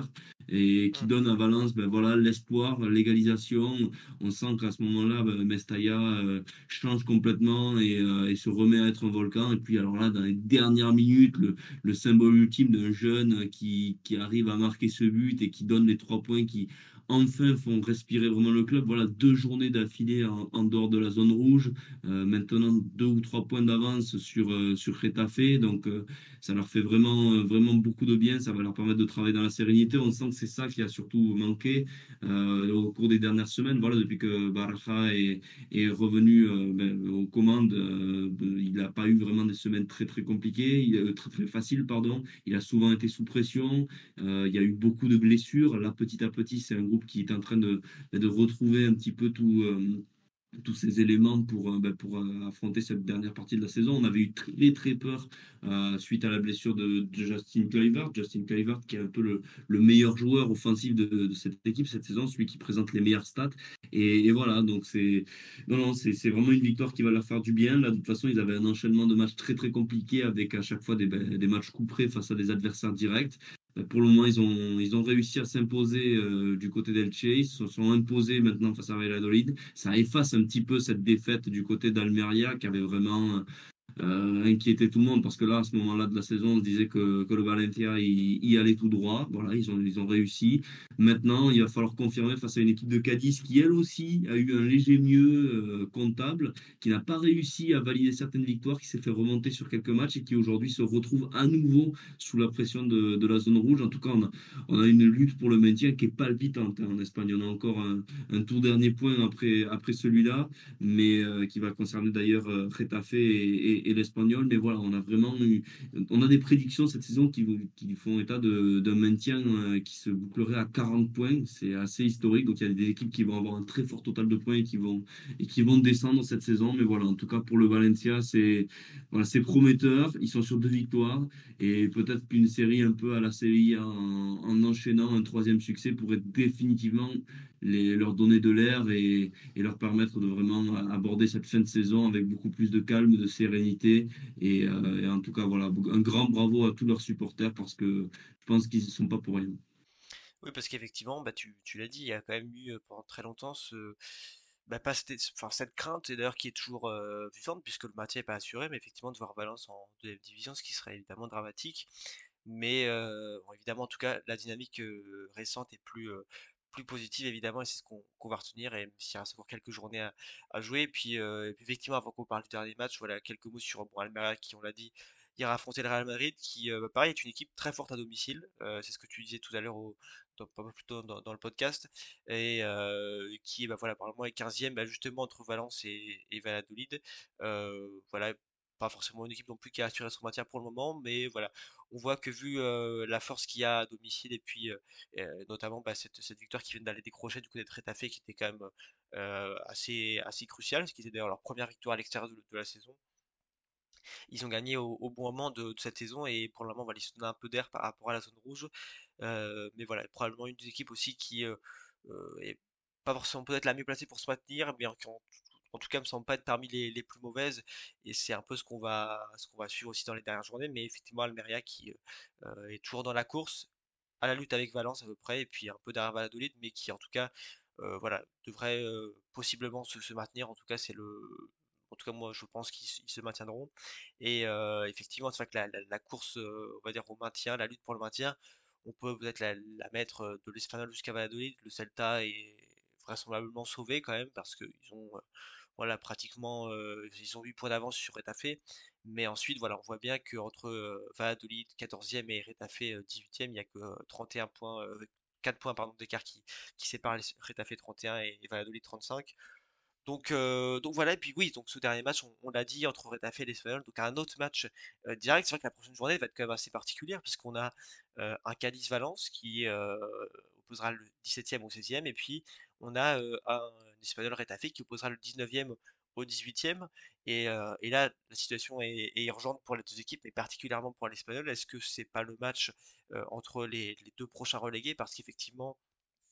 et qui Mm. donne à Valence ben voilà, l'espoir, l'égalisation. On sent qu'à ce moment-là, ben, Mestalla euh, change complètement et, euh, et se remet à être un volcan. Et puis alors là, dans les dernières minutes, le, le symbole ultime d'un jeune qui, qui arrive à marquer ce but et qui donne les trois points qui enfin font respirer vraiment le club. Voilà, deux journées d'affilée en, en dehors de la zone rouge. Euh, maintenant, deux ou trois points d'avance sur, euh, sur Retafe. Donc, euh, ça leur fait vraiment, euh, vraiment beaucoup de bien. Ça va leur permettre de travailler dans la sérénité. On sent que c'est ça qui a surtout manqué euh, au cours des dernières semaines. Voilà, depuis que Baraja est, est revenu euh, ben, aux commandes, euh, il n'a pas eu vraiment des semaines très, très compliquées, il, euh, très, très faciles, pardon. Il a souvent été sous pression. Euh, il y a eu beaucoup de blessures. Là, petit à petit, c'est un groupe qui est en train de, de retrouver un petit peu tout. Euh, tous ces éléments pour, euh, ben, pour euh, affronter cette dernière partie de la saison. On avait eu très très peur euh, suite à la blessure de, de Justin Kluivert. Justin Kluivert qui est un peu le, le meilleur joueur offensif de, de cette équipe cette saison, celui qui présente les meilleures stats. Et, et voilà, donc c'est non, non, c'est c'est vraiment une victoire qui va leur faire du bien. Là, de toute façon, ils avaient un enchaînement de matchs très très compliqué avec à chaque fois des, ben, des matchs couperés face à des adversaires directs. Ben, pour le moment, ils ont, ils ont réussi à s'imposer euh, du côté d'Elche. Ils se sont imposés maintenant face à Valladolid. Ça efface un petit peu cette défaite du côté d'Almeria qui avait vraiment euh, inquiéter tout le monde parce que là, à ce moment-là de la saison, on se disait que, que le Valencia y, y allait tout droit. Voilà, ils ont, ils ont réussi. Maintenant, il va falloir confirmer face à une équipe de Cadiz qui, elle aussi, a eu un léger mieux euh, comptable, qui n'a pas réussi à valider certaines victoires, qui s'est fait remonter sur quelques matchs et qui aujourd'hui se retrouve à nouveau sous la pression de, de la zone rouge. En tout cas, on a, on a une lutte pour le maintien qui est palpitante hein, en Espagne. On a encore un, un tout dernier point après, après celui-là, mais euh, qui va concerner d'ailleurs euh, Getafe et, et, et l'Espagnol. Mais voilà, on a vraiment eu, on a des prédictions cette saison qui, qui font état de, d'un maintien euh, qui se bouclerait à quarante points. C'est assez historique. Donc il y a des équipes qui vont avoir un très fort total de points et qui vont, et qui vont descendre cette saison. Mais voilà, en tout cas pour le Valencia, c'est voilà, c'est prometteur. Ils sont sur deux victoires et peut-être qu'une série un peu à la Sevilla en, en enchaînant un troisième succès pourrait définitivement les, leur donner de l'air et, et leur permettre de vraiment aborder cette fin de saison avec beaucoup plus de calme, de sérénité. Et, euh, et en tout cas, voilà, un grand bravo à tous leurs supporters parce que je pense qu'ils ne sont pas pour rien. Oui, parce qu'effectivement, bah, tu, tu l'as dit, il y a quand même eu euh, pendant très longtemps ce, bah, pas cette, enfin, cette crainte, et d'ailleurs qui est toujours euh, vivante, puisque le maintien n'est pas assuré, mais effectivement de voir Valence en deuxième division, ce qui serait évidemment dramatique. Mais euh, bon, évidemment, en tout cas, la dynamique euh, récente est plus, euh, plus positive, évidemment, et c'est ce qu'on qu'on va retenir, et même s'il reste encore quelques journées à, à jouer. Et puis, euh, et puis, effectivement, avant qu'on parle du dernier match, voilà, quelques mots sur bon, Almeria, qui, on l'a dit, ira affronter le Real Madrid, qui, euh, bah, pareil, est une équipe très forte à domicile. Euh, c'est ce que tu disais tout à l'heure, au, dans, pas plus tôt dans, dans le podcast, et euh, qui, bah, voilà, probablement est quinzième, bah, justement, entre Valence et, et Valladolid. Euh, voilà, pas forcément une équipe non plus qui a assuré son maintien pour le moment, mais voilà, on voit que vu euh, la force qu'il y a à domicile et puis euh, euh, notamment bah, cette, cette victoire qui vient d'aller décrocher du côté de Retafe qui était quand même euh, assez, assez cruciale, ce qui était d'ailleurs leur première victoire à l'extérieur de, de la saison. Ils ont gagné au, au bon moment de, de cette saison et pour le moment voilà, ils se donnent un peu d'air par rapport à la zone rouge. Euh, mais voilà, probablement une des équipes aussi qui euh, euh, est pas forcément peut-être la mieux placée pour se maintenir, mais en, en- en tout cas me semble pas être parmi les, les plus mauvaises. Et c'est un peu ce qu'on va, ce qu'on va suivre aussi dans les dernières journées. Mais effectivement, Almeria qui euh, est toujours dans la course, à la lutte avec Valence à peu près, et puis un peu derrière Valladolid, mais qui en tout cas euh, voilà, devrait euh, possiblement se, se maintenir. En tout cas, c'est le. En tout cas, moi, je pense qu'ils s- ils se maintiendront. Et euh, effectivement, c'est vrai que la, la- la course, euh, on va dire, au maintien, la lutte pour le maintien, on peut peut-être la, la mettre euh, de l'Espagnol jusqu'à Valladolid. Le Celta est vraisemblablement sauvé quand même, parce qu'ils ont, euh, voilà, pratiquement, euh, ils ont huit points d'avance sur Retafe. Mais ensuite, voilà, on voit bien qu'entre euh, Valladolid quatorzième et Retafe euh, dix-huitième, il n'y a que euh, trente et un points, euh, quatre points pardon, d'écart qui, qui séparent les- Retafe trente et un et, et Valladolid trente-cinq. Donc, euh, donc voilà, et puis oui, donc ce dernier match, on, on l'a dit, entre Retafe et l'Espanyol, donc un autre match euh, direct. C'est vrai que la prochaine journée va être quand même assez particulière, puisqu'on a euh, un Cadiz-Valence qui euh, opposera le dix-septième au seizième, et puis on a euh, un Espanyol Retafe qui opposera le dix-neuvième au dix-huitième. Et, euh, et là, la situation est, est urgente pour les deux équipes, mais particulièrement pour l'Espanyol. Est-ce que c'est pas le match euh, entre les, les deux prochains relégués? Parce qu'effectivement,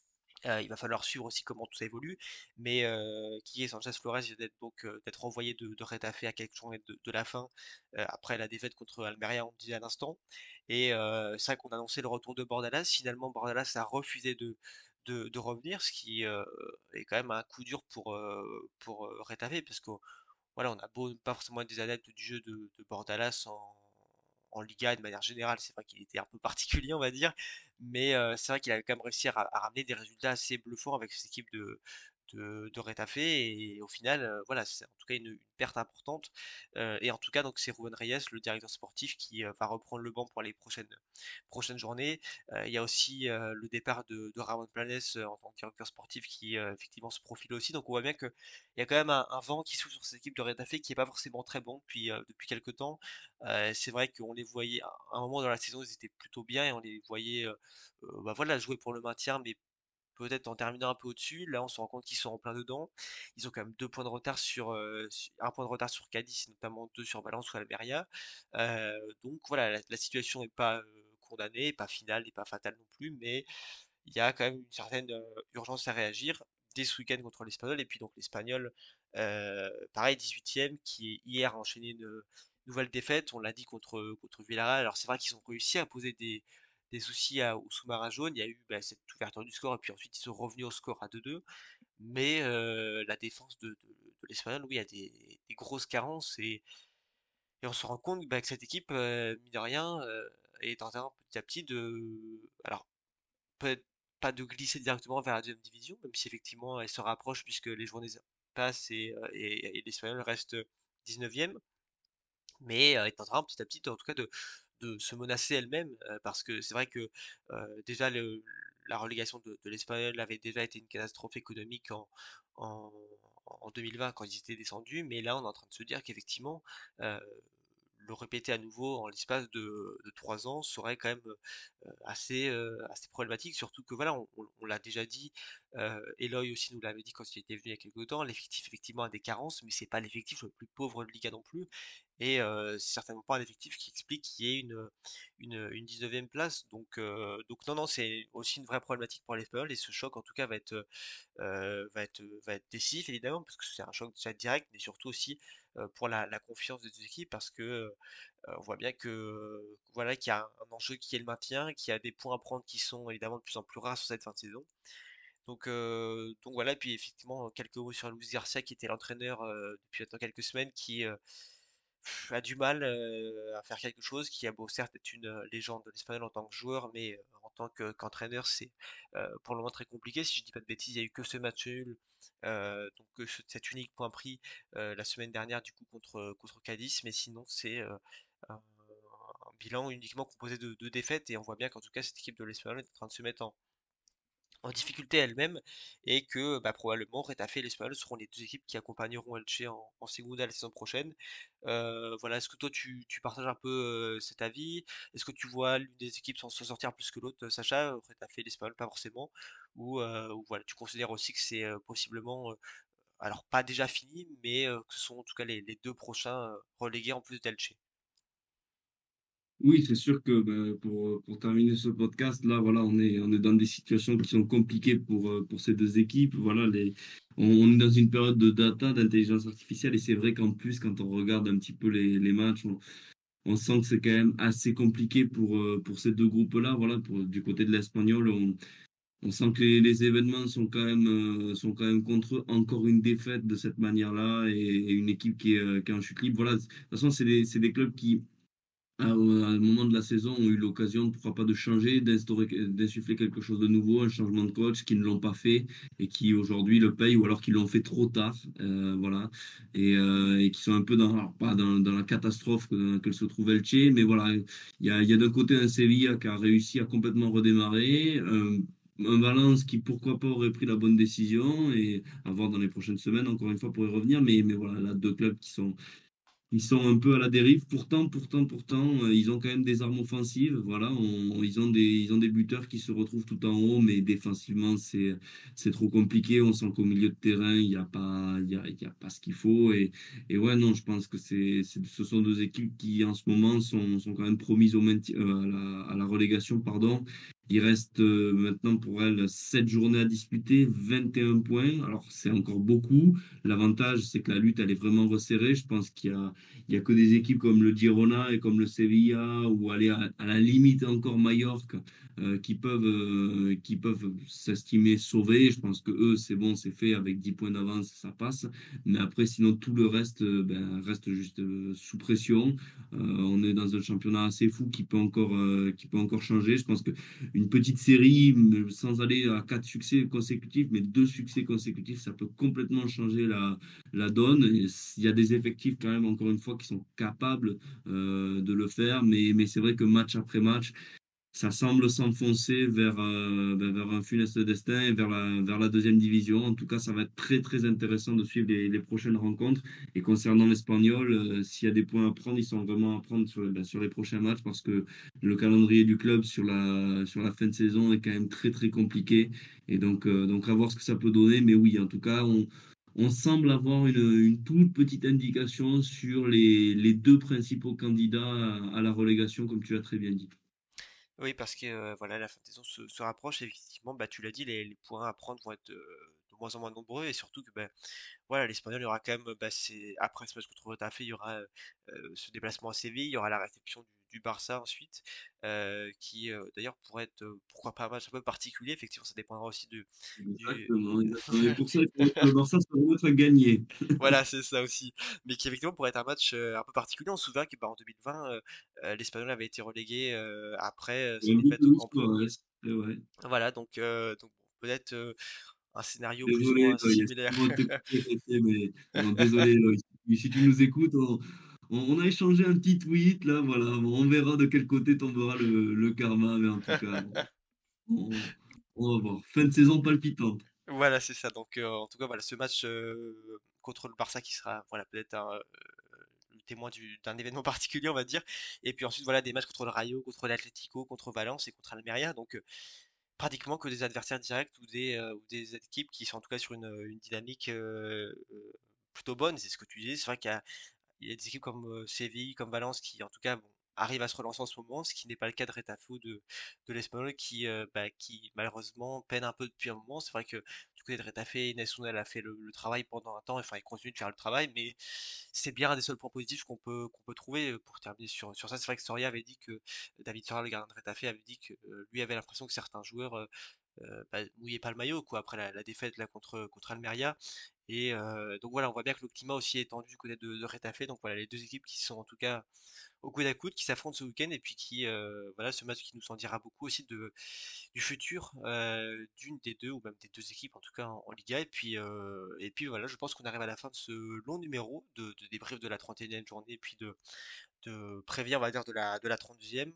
Euh, il va falloir suivre aussi comment tout ça évolue, mais euh, qui est Sanchez Flores vient d'être donc euh, d'être envoyé de, de Retafe à quelques journées de, de la fin euh, après la défaite contre Almeria, on le disait à l'instant. Et euh, c'est vrai qu'on a annoncé le retour de Bordalas. Finalement, Bordalas a refusé de, de, de revenir, ce qui euh, est quand même un coup dur pour euh, pour euh, Retafe, parce que voilà, on a beau ne pas forcément être des adeptes du jeu de, de Bordalas en, en Liga de manière générale, c'est vrai qu'il était un peu particulier, on va dire, mais euh, c'est vrai qu'il a quand même réussi à, ra- à ramener des résultats assez bluffants avec cette équipe de, de, de Retafe, et au final, euh, voilà, c'est en tout cas une, une perte importante. Euh, et en tout cas, donc c'est Ruben Reyes, le directeur sportif, qui euh, va reprendre le banc pour les prochaines, prochaines journées. Euh, il y a aussi euh, le départ de, de Ramon Planes euh, en tant que directeur sportif qui euh, effectivement se profile aussi. Donc on voit bien que il y a quand même un, un vent qui souffle sur cette équipe de Retafe qui est pas forcément très bon depuis, euh, depuis quelques temps. Euh, c'est vrai qu'on les voyait à un moment dans la saison, ils étaient plutôt bien et on les voyait euh, euh, bah voilà, jouer pour le maintien, mais peut-être en terminant un peu au-dessus. Là, on se rend compte qu'ils sont en plein dedans. Ils ont quand même deux points de retard sur, euh, su- un point de retard sur Cadiz, notamment deux sur Valence ou Almeria. Euh, donc voilà, la, la situation n'est pas euh, condamnée, pas finale et pas fatale non plus, mais il y a quand même une certaine euh, urgence à réagir dès ce week-end contre l'Espagnol. Et puis donc l'Espagnol, euh, pareil, dix-huitième, qui hier a enchaîné une nouvelle défaite, on l'a dit, contre, contre Villarreal. Alors c'est vrai qu'ils ont réussi à poser des, des soucis à- au sous-marin jaune. Il y a eu bah, cette ouverture du score, et puis ensuite ils sont revenus au score à deux deux. Mais euh, la défense de, de, de l'Espagnol, oui, a des, des grosses carences. Et, et on se rend compte bah, que cette équipe, euh, mine de rien, euh, est en train petit à petit de... Alors, peut-être pas de glisser directement vers la deuxième division, même si effectivement elle se rapproche puisque les journées passent et, euh, et, et l'Espagnol reste dix-neuvième, mais euh, est en train petit à petit en tout cas de, de se menacer elle-même, euh, parce que c'est vrai que euh, déjà le- la relégation de, de l'Espagnol avait déjà été une catastrophe économique en, en, en deux mille vingt quand ils étaient descendus, mais là on est en train de se dire qu'effectivement euh, le répéter à nouveau en l'espace de, de trois ans serait quand même euh, assez, euh, assez problématique, surtout que voilà, on, on- on l'a déjà dit, euh, Eloy aussi nous l'avait dit quand il était venu il y a quelques temps, l'effectif effectivement a des carences, mais c'est pas l'effectif le plus pauvre de Liga non plus, et euh, c'est certainement pas un effectif qui explique qu'il y ait une, une, une dix-neuvième place, donc, euh, donc non, non, c'est aussi une vraie problématique pour l'Espanyol, et ce choc en tout cas va être, euh, va être, va être décisif évidemment, parce que c'est un choc déjà direct, mais surtout aussi euh, pour la, la confiance des deux équipes, parce que euh, on voit bien que euh, voilà qu'il y a un enjeu qui est le maintien, qu'il y a des points à prendre qui sont évidemment de plus en plus rares sur cette fin de saison. Donc, euh, donc voilà, et puis effectivement quelques mots sur Luis Garcia qui était l'entraîneur euh, depuis maintenant quelques semaines, qui euh, pff, a du mal euh, à faire quelque chose, qui a beau certes être une euh, légende de l'Espagnol en tant que joueur, mais euh, en tant que- qu'entraîneur, c'est euh, pour le moment très compliqué. Si je dis pas de bêtises, il y a eu que ce match nul, euh, donc que ce- cet unique point pris euh, la semaine dernière du coup contre contre Cadiz, mais sinon c'est euh, un, un bilan uniquement composé de, de défaites, et on voit bien qu'en tout cas cette équipe de l'Espagnol est en train de se mettre en en difficulté elle-même, et que bah, probablement Retafe et l'Espanyol seront les deux équipes qui accompagneront Elche en, en Segunda la saison prochaine. Euh, voilà, est-ce que toi tu, tu partages un peu euh, cet avis? Est-ce que tu vois l'une des équipes s'en s'en sortir plus que l'autre, Sacha? Retafe et l'Espanyol pas forcément, ou, euh, ou voilà, tu considères aussi que c'est euh, possiblement, euh, alors pas déjà fini, mais euh, que ce sont en tout cas les, les deux prochains euh, relégués en plus d'Elche. Oui, c'est sûr que ben, pour, pour terminer ce podcast, là, voilà, on est, on est dans des situations qui sont compliquées pour, euh, pour ces deux équipes. Voilà, les, on, on est dans une période de data, d'intelligence artificielle, et c'est vrai qu'en plus, quand on regarde un petit peu les, les matchs, on, on sent que c'est quand même assez compliqué pour, euh, pour ces deux groupes-là. Voilà, pour, du côté de l'Espagnol, on, on sent que les, les événements sont quand même, euh, sont quand même contre eux. Encore une défaite de cette manière-là, et, et une équipe qui est, euh, qui est en chute libre. Voilà, de toute façon, c'est des, c'est des clubs qui à, au- à un moment de la saison, ont eu l'occasion, pourquoi pas, de changer, d'instaurer, d'insuffler quelque chose de nouveau, un changement de coach, qui ne l'ont pas fait et qui aujourd'hui le payent, ou alors qui l'ont fait trop tard, euh, voilà, et, euh, et qui sont un peu dans, alors, pas dans, dans la catastrophe que, qu'elle se trouve Elche, mais voilà, il y a, il y a d'un côté un Sevilla qui a réussi à complètement redémarrer, un, un Valence qui, pourquoi pas, aurait pris la bonne décision, et à voir dans les prochaines semaines, encore une fois, pour y revenir, mais, mais voilà, là, deux clubs qui sont ils sont un peu à la dérive. Pourtant, pourtant, pourtant, euh, ils ont quand même des armes offensives. Voilà, on- ils ont des, ils ont des buteurs qui se retrouvent tout en haut, mais défensivement, c'est, c'est trop compliqué. On sent qu'au milieu de terrain, il n'y a pas, il y a, il y a pas ce qu'il faut. Et, et ouais, non, je pense que c'est, c'est, ce sont deux équipes qui, en ce moment, sont, sont quand même promises au maintien, euh, à la, à la relégation, pardon. Il reste euh, maintenant pour elle sept journées à disputer, vingt et un points. Alors c'est encore beaucoup. L'avantage, c'est que la lutte, elle est vraiment resserrée. Je pense qu'il y a, il y a que des équipes comme le Girona et comme le Sevilla, ou aller à, à la limite encore Mallorca, euh, qui peuvent, euh, qui peuvent s'estimer sauvés. Je pense que eux, c'est bon, c'est fait avec dix points d'avance, ça passe. Mais après, sinon, tout le reste, euh, ben, reste juste euh, sous pression. Euh, on est dans un championnat assez fou qui peut encore, euh, qui peut encore changer. Je pense que une petite série, m- sans aller à quatre succès consécutifs, mais deux succès consécutifs, ça peut complètement changer la, la donne. Et s- il y a des effectifs quand même, encore une fois, qui sont capables euh, de le faire, mais, mais c'est vrai que match après match, ça semble s'enfoncer vers, euh, ben, vers un funeste destin et vers la, vers la deuxième division. En tout cas, ça va être très, très intéressant de suivre les, les prochaines rencontres. Et concernant l'Espagnol, euh, s'il y a des points à prendre, ils sont vraiment à prendre sur, ben, sur les prochains matchs, parce que le calendrier du club sur la, sur la fin de saison est quand même très, très compliqué. Et donc, euh, donc à voir ce que ça peut donner. Mais oui, en tout cas, on, on semble avoir une, une toute petite indication sur les, les deux principaux candidats à, à la relégation, comme tu l'as très bien dit. Oui, parce que euh, voilà, la fin de saison se, se rapproche et effectivement, bah, tu l'as dit, les, les points à prendre vont être euh, de moins en moins nombreux et surtout que bah, voilà, l'Espagnol, il y aura quand même, bah, c'est, après ce match contre Retafe, il y aura euh, ce déplacement à Séville, il y aura la réception du, du Barça ensuite, euh, qui euh, d'ailleurs pourrait être, euh, pourquoi pas un match un peu particulier, effectivement, ça dépendra aussi de, du... Exactement, exactement. Et pour ça, il faudrait que le Barça se remettre à gagner. Voilà, c'est ça aussi. Mais qui effectivement pourrait être un match euh, un peu particulier. On se souvient que bah, en deux mille vingt, euh, euh, l'Espagnol avait été relégué euh, après euh, sa Un but défaite de au Luis Camp Nou. Suarez. Et ouais. Voilà, donc, euh, donc bon, peut-être euh, un scénario plus ou Désolé, moins Loïc, similaire. excuse-moi de te couper, Gauthier, mais non, désolé, Loïc. Si tu nous écoutes, on, on- on a échangé un petit tweet, là, voilà. Bon, on verra de quel côté tombera le, le karma, mais en tout cas, bon, on, on va voir. Fin de saison palpitante. Voilà, c'est ça. Donc, euh, en tout cas, voilà, ce match euh, contre le Barça qui sera, voilà, peut-être un, euh, le témoin du- d'un événement particulier, on va dire. Et puis ensuite, voilà, des matchs contre le Rayo, contre l'Atlético, contre Valence et contre Almeria. Donc, euh, pratiquement que des adversaires directs ou des, euh, ou des équipes qui sont en tout cas sur une, une dynamique euh, euh, plutôt bonne. C'est ce que tu disais. C'est vrai qu'il y a, il y a des équipes comme euh, Séville, comme Valence qui, en tout cas, bon, arrivent à se relancer en ce moment, ce qui n'est pas le cas de Retafe ou de, de l'Espanyol qui, euh, bah, qui, malheureusement, peine un peu depuis un moment. C'est vrai que du côté de Retafe, Inès Sounel a fait le, le travail pendant un temps, enfin, il continue de faire le travail, mais c'est bien un des seuls points positifs qu'on peut, qu'on peut trouver euh, pour terminer sur, sur ça. C'est vrai que Soria avait dit que, David Soria, le gardien de Retafe, avait dit que euh, lui avait l'impression que certains joueurs euh, euh, bah, mouillaient pas le maillot, quoi, après la, la défaite là, contre, contre Almeria. Et euh, donc voilà, on voit bien que le climat aussi est tendu du côté de, de Retafe. Donc voilà, les deux équipes qui sont en tout cas au coude à coude, qui s'affrontent ce week-end et puis qui, euh, voilà, ce match qui nous en dira beaucoup aussi de, du futur euh, d'une des deux ou même des deux équipes en tout cas en, en Liga. Et puis, euh, et puis voilà, je pense qu'on arrive à la fin de ce long numéro de, de débrief de la trente et unième journée et puis de, de prévient, on va dire, de la, de la trente-deuxième.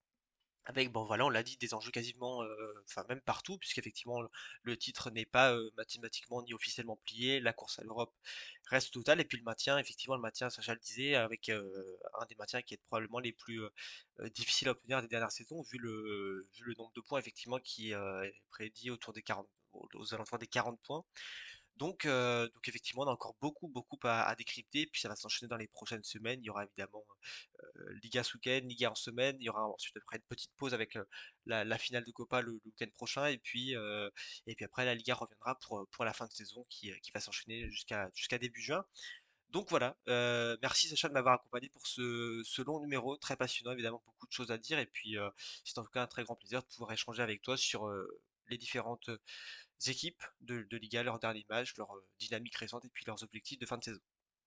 Avec, bon voilà, on l'a dit, des enjeux quasiment, euh, enfin même partout, puisqu'effectivement le, le titre n'est pas euh, mathématiquement ni officiellement plié, la course à l'Europe reste totale, et puis le maintien, effectivement le maintien, Sacha le disait, avec euh, un des maintiens qui est probablement les plus euh, euh, difficiles à obtenir des dernières saisons, vu le, vu le nombre de points effectivement qui euh, est prédit autour des quarante, aux aux alentours des quarante points. Donc, euh, donc effectivement, on a encore beaucoup, beaucoup à, à décrypter, puis ça va s'enchaîner dans les prochaines semaines. Il y aura évidemment euh, Liga ce week-end, Liga en semaine. Il y aura ensuite après une petite pause avec euh, la, la finale de Copa le, le week-end prochain. Et puis, euh, et puis après, la Liga reviendra pour, pour la fin de saison qui, qui va s'enchaîner jusqu'à jusqu'à début juin. Donc voilà, euh, merci Sacha de m'avoir accompagné pour ce, ce long numéro, très passionnant, évidemment, beaucoup de choses à dire. Et puis, euh, c'est en tout cas un très grand plaisir de pouvoir échanger avec toi sur euh, les différentes équipes de, de Liga, leurs derniers matchs, leur euh, dynamique récente et puis leurs objectifs de fin de saison.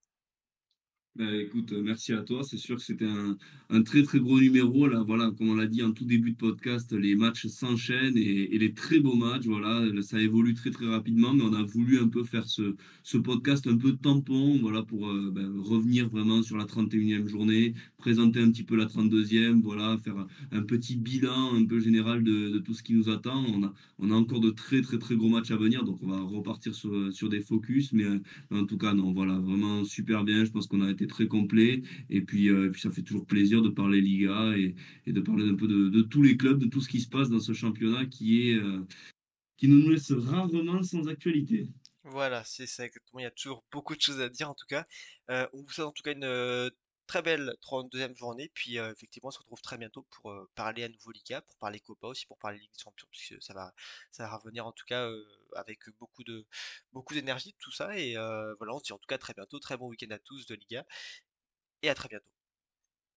Ben, écoute, euh, merci à toi. C'est sûr que c'était un, un très très gros numéro. Là, voilà, comme on l'a dit en tout début de podcast, les matchs s'enchaînent et, et les très beaux matchs. Voilà, ça évolue très très rapidement, mais on a voulu un peu faire ce, ce podcast un peu tampon, voilà, pour euh, ben, revenir vraiment sur la trente et unième journée, présenter un petit peu la trente-deuxième, voilà, faire un, un petit bilan un peu général de, de tout ce qui nous attend. On a, on a encore de très très très gros matchs à venir, donc on va repartir sur, sur des focus, mais euh, en tout cas, non, voilà, vraiment super bien. Je pense qu'on a été très complet. Et puis, euh, et puis ça fait toujours plaisir de parler Liga et, et de parler un peu de, de tous les clubs, de tout ce qui se passe dans ce championnat qui est, euh, qui nous laisse rarement sans actualité. Voilà, c'est ça exactement. Il y a toujours beaucoup de choses à dire en tout cas. Euh, on vous souhaite en tout cas une euh, très belle trente-deuxième journée, puis euh, effectivement on se retrouve très bientôt pour euh, parler à nouveau Liga, pour parler Copa aussi, pour parler Ligue des Champions, puisque ça va, ça va revenir en tout cas euh, avec beaucoup de beaucoup d'énergie tout ça, et euh, voilà, on se dit en tout cas très bientôt, très bon week-end à tous de Liga, et à très bientôt.